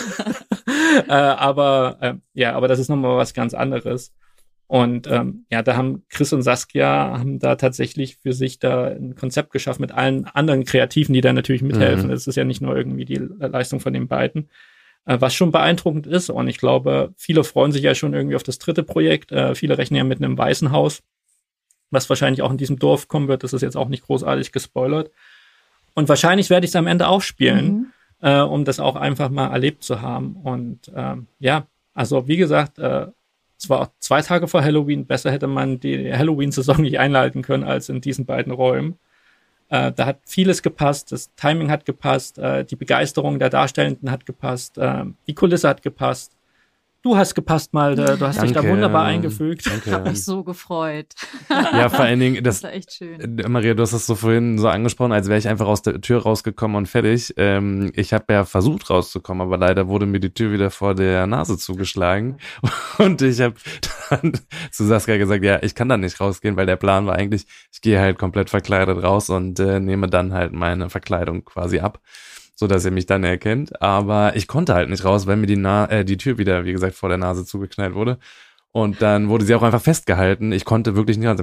Aber das ist nochmal was ganz anderes. Und da haben Chris und Saskia da tatsächlich für sich da ein Konzept geschaffen mit allen anderen Kreativen, die da natürlich mithelfen. Es ist ja nicht nur irgendwie die Leistung von den beiden, was schon beeindruckend ist. Und ich glaube, viele freuen sich ja schon irgendwie auf das dritte Projekt. Viele rechnen ja mit einem Waisenhaus, was wahrscheinlich auch in diesem Dorf kommen wird. Das ist jetzt auch nicht großartig gespoilert. Und wahrscheinlich werde ich es am Ende auch spielen, um das auch einfach mal erlebt zu haben. Und also wie gesagt, es war 2 Tage vor Halloween. Besser hätte man die Halloween-Saison nicht einleiten können als in diesen beiden Räumen. Da hat vieles gepasst, das Timing hat gepasst, die Begeisterung der Darstellenden hat gepasst, die Kulisse hat gepasst. Du hast gepasst, Malte, du hast dich da wunderbar eingefügt. Ich habe mich so gefreut. Ja, vor allen Dingen, das war echt schön. Maria, du hast das so vorhin so angesprochen, als wäre ich einfach aus der Tür rausgekommen und fertig. Ich habe ja versucht rauszukommen, aber leider wurde mir die Tür wieder vor der Nase zugeschlagen und ich habe dann zu Saskia gesagt, ja, ich kann da nicht rausgehen, weil der Plan war eigentlich, ich gehe halt komplett verkleidet raus und nehme dann halt meine Verkleidung quasi ab, so dass ihr mich dann erkennt. Aber ich konnte halt nicht raus, weil mir die Tür wieder, wie gesagt, vor der Nase zugeknallt wurde. Und dann wurde sie auch einfach festgehalten. Ich konnte wirklich nicht raus.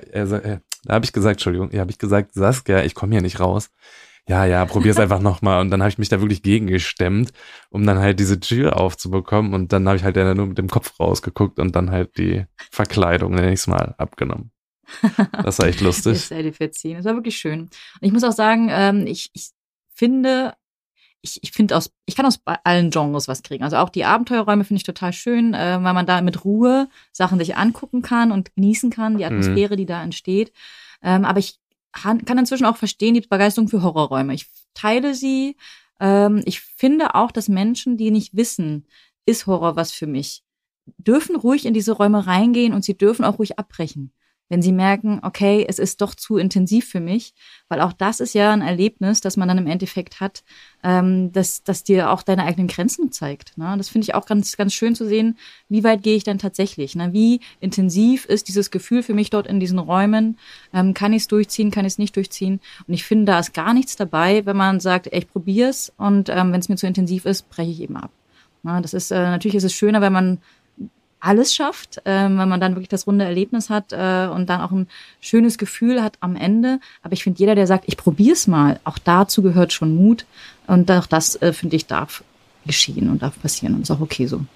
Da habe ich gesagt, Saskia, ich komme hier nicht raus. Ja, probier's einfach nochmal. Und dann habe ich mich da wirklich gegengestemmt, um dann halt diese Tür aufzubekommen. Und dann habe ich halt nur mit dem Kopf rausgeguckt und dann halt die Verkleidung nächstes Mal abgenommen. Das war echt lustig. Das war wirklich schön. Und ich muss auch sagen, ich finde, ich kann aus allen Genres was kriegen. Also auch die Abenteuerräume finde ich total schön, weil man da mit Ruhe Sachen sich angucken kann und genießen kann, die Atmosphäre, die da entsteht. Aber ich kann inzwischen auch verstehen, die Begeisterung für Horrorräume. Ich teile sie. Ich finde auch, dass Menschen, die nicht wissen, ist Horror was für mich, dürfen ruhig in diese Räume reingehen und sie dürfen auch ruhig abbrechen, wenn sie merken, okay, es ist doch zu intensiv für mich, weil auch das ist ja ein Erlebnis, das man dann im Endeffekt hat, das dir auch deine eigenen Grenzen zeigt. Ne? Das finde ich auch ganz, ganz schön zu sehen, wie weit gehe ich dann tatsächlich? Ne? Wie intensiv ist dieses Gefühl für mich dort in diesen Räumen? Kann ich es durchziehen, kann ich es nicht durchziehen? Und ich finde, da ist gar nichts dabei, wenn man sagt, ey, ich probiere es und wenn es mir zu intensiv ist, breche ich eben ab. Na, das ist natürlich ist es schöner, wenn man alles schafft, wenn man dann wirklich das runde Erlebnis hat und dann auch ein schönes Gefühl hat am Ende. Aber ich finde, jeder, der sagt, ich probier's mal, auch dazu gehört schon Mut. Und auch das, finde ich, darf geschehen und darf passieren. Und ist auch okay so.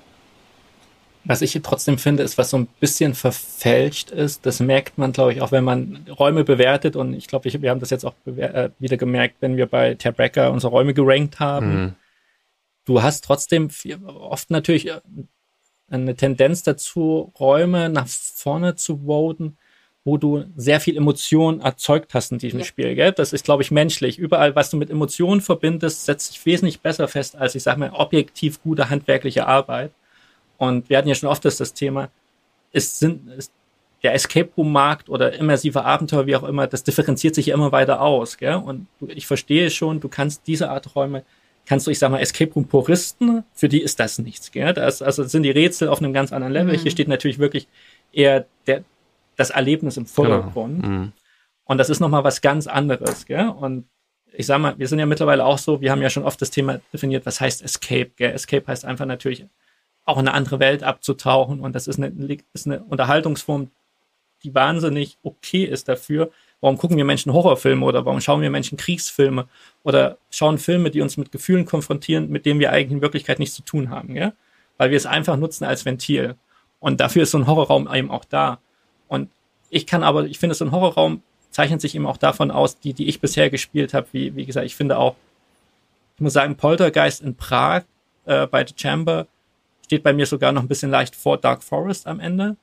Was ich hier trotzdem finde, ist, was so ein bisschen verfälscht ist, das merkt man, glaube ich, auch wenn man Räume bewertet. Und ich glaube, wir haben das jetzt auch wieder gemerkt, wenn wir bei Tabrecker unsere Räume gerankt haben. Mhm. Du hast trotzdem oft natürlich eine Tendenz dazu, Räume nach vorne zu voten, wo du sehr viel Emotion erzeugt hast in diesem Spiel. Gell? Das ist, glaube ich, menschlich. Überall, was du mit Emotionen verbindest, setzt sich wesentlich besser fest als, ich sage mal, objektiv gute handwerkliche Arbeit. Und wir hatten ja schon oft das Thema, ist der Escape-Room-Markt oder immersive Abenteuer, wie auch immer, das differenziert sich ja immer weiter aus. Gell? Und ich verstehe schon, du kannst diese Art Räume ich sag mal, Escape Room Puristen, für die ist das nichts, gell? Also sind die Rätsel auf einem ganz anderen Level. Hier steht natürlich wirklich eher das Erlebnis im Vordergrund. Genau. Und das ist nochmal was ganz anderes, gell? Und ich sag mal, wir sind ja mittlerweile auch so, wir haben ja schon oft das Thema definiert, was heißt Escape, gell? Escape heißt einfach natürlich auch in eine andere Welt abzutauchen und das ist eine Unterhaltungsform, die wahnsinnig okay ist dafür. Warum gucken wir Menschen Horrorfilme oder warum schauen wir Menschen Kriegsfilme oder schauen Filme, die uns mit Gefühlen konfrontieren, mit denen wir eigentlich in Wirklichkeit nichts zu tun haben, ja? Weil wir es einfach nutzen als Ventil. Und dafür ist so ein Horrorraum eben auch da. Und ich finde, so ein Horrorraum zeichnet sich eben auch davon aus, die ich bisher gespielt habe, wie gesagt, ich finde auch, ich muss sagen, Poltergeist in Prag bei The Chamber steht bei mir sogar noch ein bisschen leicht vor Dark Forest am Ende.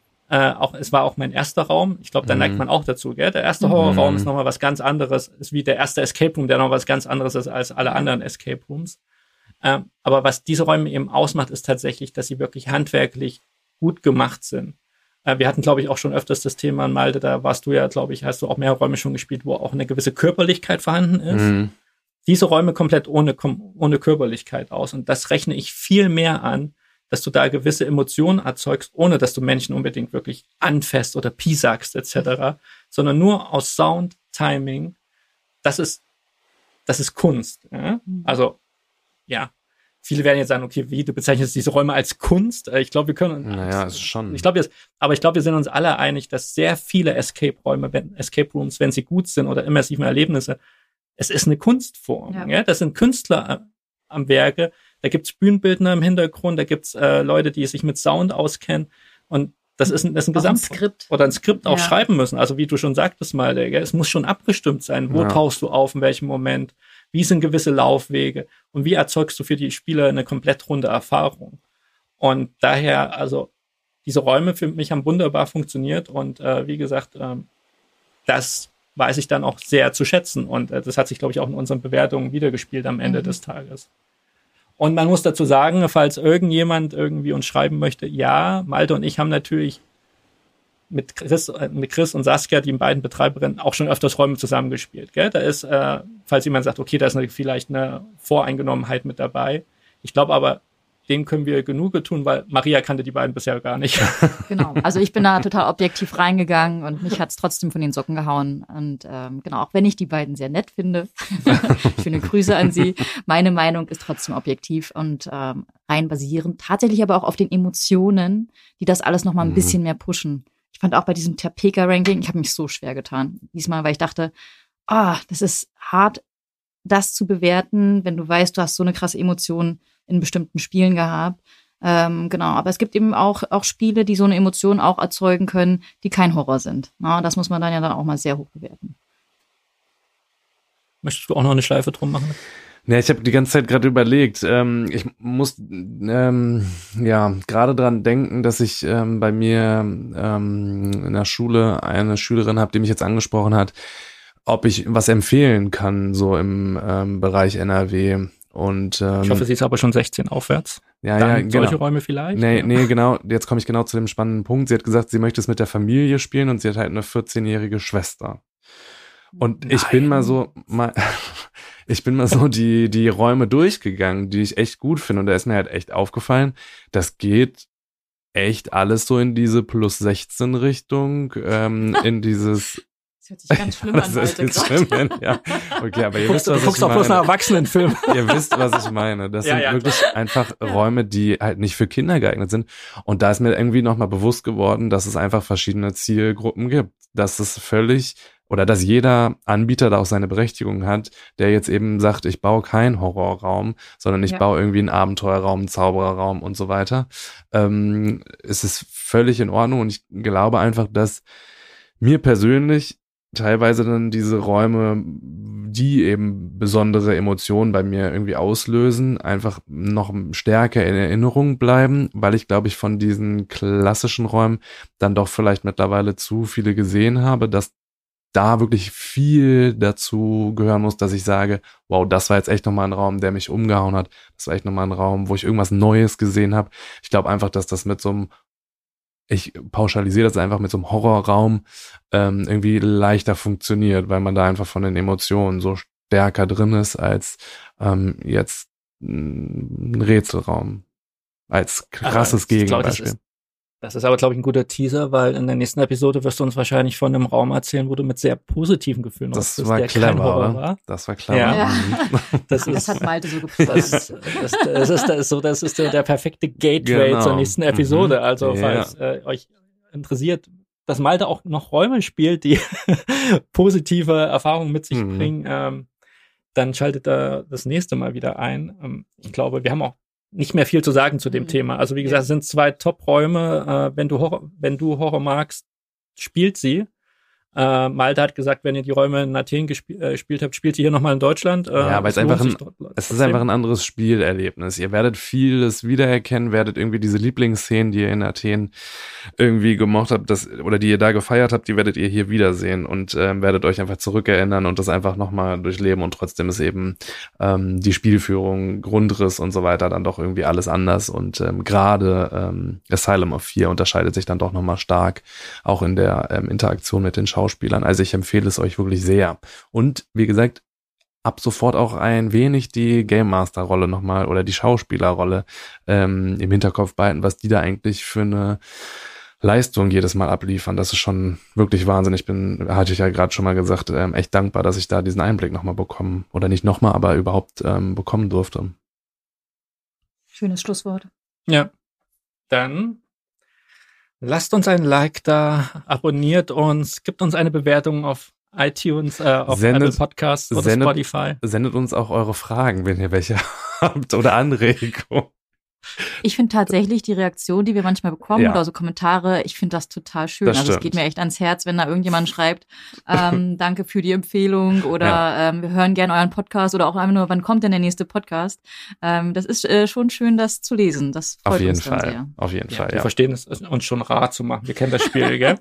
Es war auch mein erster Raum. Ich glaube, da neigt man auch dazu, gell? Der erste Horrorraum ist nochmal was ganz anderes, ist wie der erste Escape Room, der noch was ganz anderes ist als alle anderen Escape Rooms. Aber was diese Räume eben ausmacht, ist tatsächlich, dass sie wirklich handwerklich gut gemacht sind. Wir hatten, glaube ich, auch schon öfters das Thema in Malte, da warst du ja, glaube ich, hast du auch mehrere Räume schon gespielt, wo auch eine gewisse Körperlichkeit vorhanden ist. Diese Räume komplett ohne Körperlichkeit aus. Und das rechne ich viel mehr an, dass du da gewisse Emotionen erzeugst, ohne dass du Menschen unbedingt wirklich anfasst oder piesagst etc., sondern nur aus Sound, Timing. Das ist Kunst. Ja? Also, ja, viele werden jetzt sagen, okay, wie, du bezeichnest diese Räume als Kunst? Ich glaube, wir können... Naja, ist schon... Ich glaube, wir sind uns alle einig, dass sehr viele Escape Rooms, wenn sie gut sind oder immersive Erlebnisse, es ist eine Kunstform. Ja. Ja? Das sind Künstler am Werke. Da gibt's Bühnenbildner im Hintergrund, da gibt's Leute, die sich mit Sound auskennen und das ist ein Gesamtskript oder ein Skript auch schreiben müssen. Also wie du schon sagtest mal, es muss schon abgestimmt sein. Wo tauchst du auf, in welchem Moment? Wie sind gewisse Laufwege? Und wie erzeugst du für die Spieler eine komplett runde Erfahrung? Und daher, also diese Räume für mich haben wunderbar funktioniert und wie gesagt, das weiß ich dann auch sehr zu schätzen und das hat sich, glaube ich, auch in unseren Bewertungen wiedergespielt am Ende des Tages. Und man muss dazu sagen, falls irgendjemand irgendwie uns schreiben möchte, ja, Malte und ich haben natürlich mit Chris und Saskia, die beiden Betreiberinnen, auch schon öfters Räume zusammengespielt. Gell? Da ist, falls jemand sagt, okay, da ist vielleicht eine Voreingenommenheit mit dabei. Ich glaube aber, denen können wir Genüge tun, weil Maria kannte die beiden bisher gar nicht. Genau, also ich bin da total objektiv reingegangen und mich hat's trotzdem von den Socken gehauen. Und genau, auch wenn ich die beiden sehr nett finde, schöne Grüße an sie, meine Meinung ist trotzdem objektiv und rein basierend. Tatsächlich aber auch auf den Emotionen, die das alles nochmal ein bisschen mehr pushen. Ich fand auch bei diesem Tapeka-Ranking, ich habe mich so schwer getan. Diesmal, weil ich dachte, das ist hart, das zu bewerten, wenn du weißt, du hast so eine krasse Emotion in bestimmten Spielen gehabt. Genau, aber es gibt eben auch Spiele, die so eine Emotion auch erzeugen können, die kein Horror sind. Na, das muss man dann auch mal sehr hoch bewerten. Möchtest du auch noch eine Schleife drum machen? Ja, ich habe die ganze Zeit gerade überlegt. Ich muss gerade dran denken, dass ich bei mir in der Schule eine Schülerin habe, die mich jetzt angesprochen hat, ob ich was empfehlen kann, so im Bereich NRW. Und ich hoffe, sie ist aber schon 16 aufwärts. Ja, genau. Solche Räume vielleicht? Nee, genau. Jetzt komme ich genau zu dem spannenden Punkt. Sie hat gesagt, sie möchte es mit der Familie spielen und sie hat halt eine 14-jährige Schwester. Und ich bin mal so die Räume durchgegangen, die ich echt gut finde. Und da ist mir halt echt aufgefallen, das geht echt alles so in diese plus 16 Richtung, in dieses. Das hört sich ganz schlimm an, Malte. Schlimm, ja. Okay, aber ihr wisst, was ich meine. Du guckst auch bloß nach Erwachsenenfilmen. Ihr wisst, was ich meine. Das sind wirklich einfach Räume, die halt nicht für Kinder geeignet sind. Und da ist mir irgendwie nochmal bewusst geworden, dass es einfach verschiedene Zielgruppen gibt. Dass es dass jeder Anbieter da auch seine Berechtigung hat, der jetzt eben sagt, ich baue keinen Horrorraum, sondern ich baue irgendwie einen Abenteuerraum, einen Zaubererraum und so weiter. Es ist völlig in Ordnung und ich glaube einfach, dass mir persönlich teilweise dann diese Räume, die eben besondere Emotionen bei mir irgendwie auslösen, einfach noch stärker in Erinnerung bleiben, weil ich, glaube ich, von diesen klassischen Räumen dann doch vielleicht mittlerweile zu viele gesehen habe, dass da wirklich viel dazu gehören muss, dass ich sage, wow, das war jetzt echt nochmal ein Raum, der mich umgehauen hat. Das war echt nochmal ein Raum, wo ich irgendwas Neues gesehen habe. Ich glaube einfach, dass das ich pauschalisiere das einfach mit so einem Horrorraum irgendwie leichter funktioniert, weil man da einfach von den Emotionen so stärker drin ist als jetzt ein Rätselraum. Als krasses Gegenbeispiel. Das ist aber, glaube ich, ein guter Teaser, weil in der nächsten Episode wirst du uns wahrscheinlich von einem Raum erzählen, wo du mit sehr positiven Gefühlen das war clever, oder? Das war clever. Ja. Das hat Malte so geplant. Das ist der perfekte Gateway zur nächsten Episode. Also, falls euch interessiert, dass Malte auch noch Räume spielt, die positive Erfahrungen mit sich bringen, dann schaltet da das nächste Mal wieder ein. Ich glaube, wir haben auch nicht mehr viel zu sagen zu dem Thema. Also wie gesagt, es sind 2 Top-Räume. Wenn du Horror magst, spielt sie. Malte hat gesagt, wenn ihr die Räume in Athen gespielt habt, spielt sie hier nochmal in Deutschland. Ja, aber es ist einfach ein anderes Spielerlebnis. Ihr werdet vieles wiedererkennen, werdet irgendwie diese Lieblingsszenen, die ihr in Athen irgendwie gemocht habt, oder die ihr da gefeiert habt, die werdet ihr hier wiedersehen und werdet euch einfach zurückerinnern und das einfach nochmal durchleben und trotzdem ist eben die Spielführung, Grundriss und so weiter dann doch irgendwie alles anders und gerade Asylum of Fear unterscheidet sich dann doch nochmal stark, auch in der Interaktion mit den Schauspielern. Also ich empfehle es euch wirklich sehr. Und wie gesagt, ab sofort auch ein wenig die Game Master Rolle nochmal oder die Schauspielerrolle im Hinterkopf behalten, was die da eigentlich für eine Leistung jedes Mal abliefern. Das ist schon wirklich Wahnsinn. Hatte ich ja gerade schon mal gesagt, echt dankbar, dass ich da diesen Einblick nochmal bekommen, oder nicht nochmal, aber überhaupt bekommen durfte. Schönes Schlusswort. Ja, dann lasst uns ein Like da, abonniert uns, gibt uns eine Bewertung auf iTunes, auf Apple Podcasts oder Spotify. Sendet uns auch eure Fragen, wenn ihr welche habt oder Anregungen. Ich finde tatsächlich die Reaktion, die wir manchmal bekommen oder so Kommentare, ich finde das total schön. Also es geht mir echt ans Herz, wenn da irgendjemand schreibt, danke für die Empfehlung oder wir hören gerne euren Podcast oder auch einfach nur, wann kommt denn der nächste Podcast? Das ist schon schön, das zu lesen. Das freut uns dann sehr. Auf jeden Fall, Wir verstehen es, uns schon rar zu machen. Wir kennen das Spiel, gell?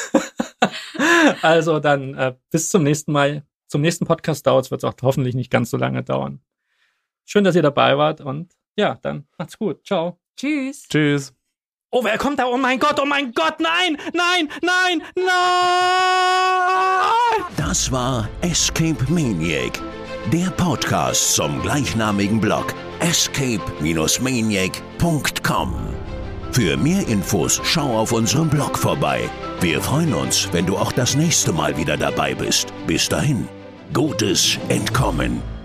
Also dann bis zum nächsten Mal. Zum nächsten Podcast wird es auch hoffentlich nicht ganz so lange dauern. Schön, dass ihr dabei wart und ja, dann macht's gut. Ciao. Tschüss. Tschüss. Oh, wer kommt da? Oh mein Gott, nein, nein. Das war Escape Maniac, Der Podcast zum gleichnamigen Blog escape-maniac.com. Für mehr Infos schau auf unserem Blog vorbei. Wir freuen uns, wenn du auch das nächste Mal wieder dabei bist. Bis dahin, gutes Entkommen.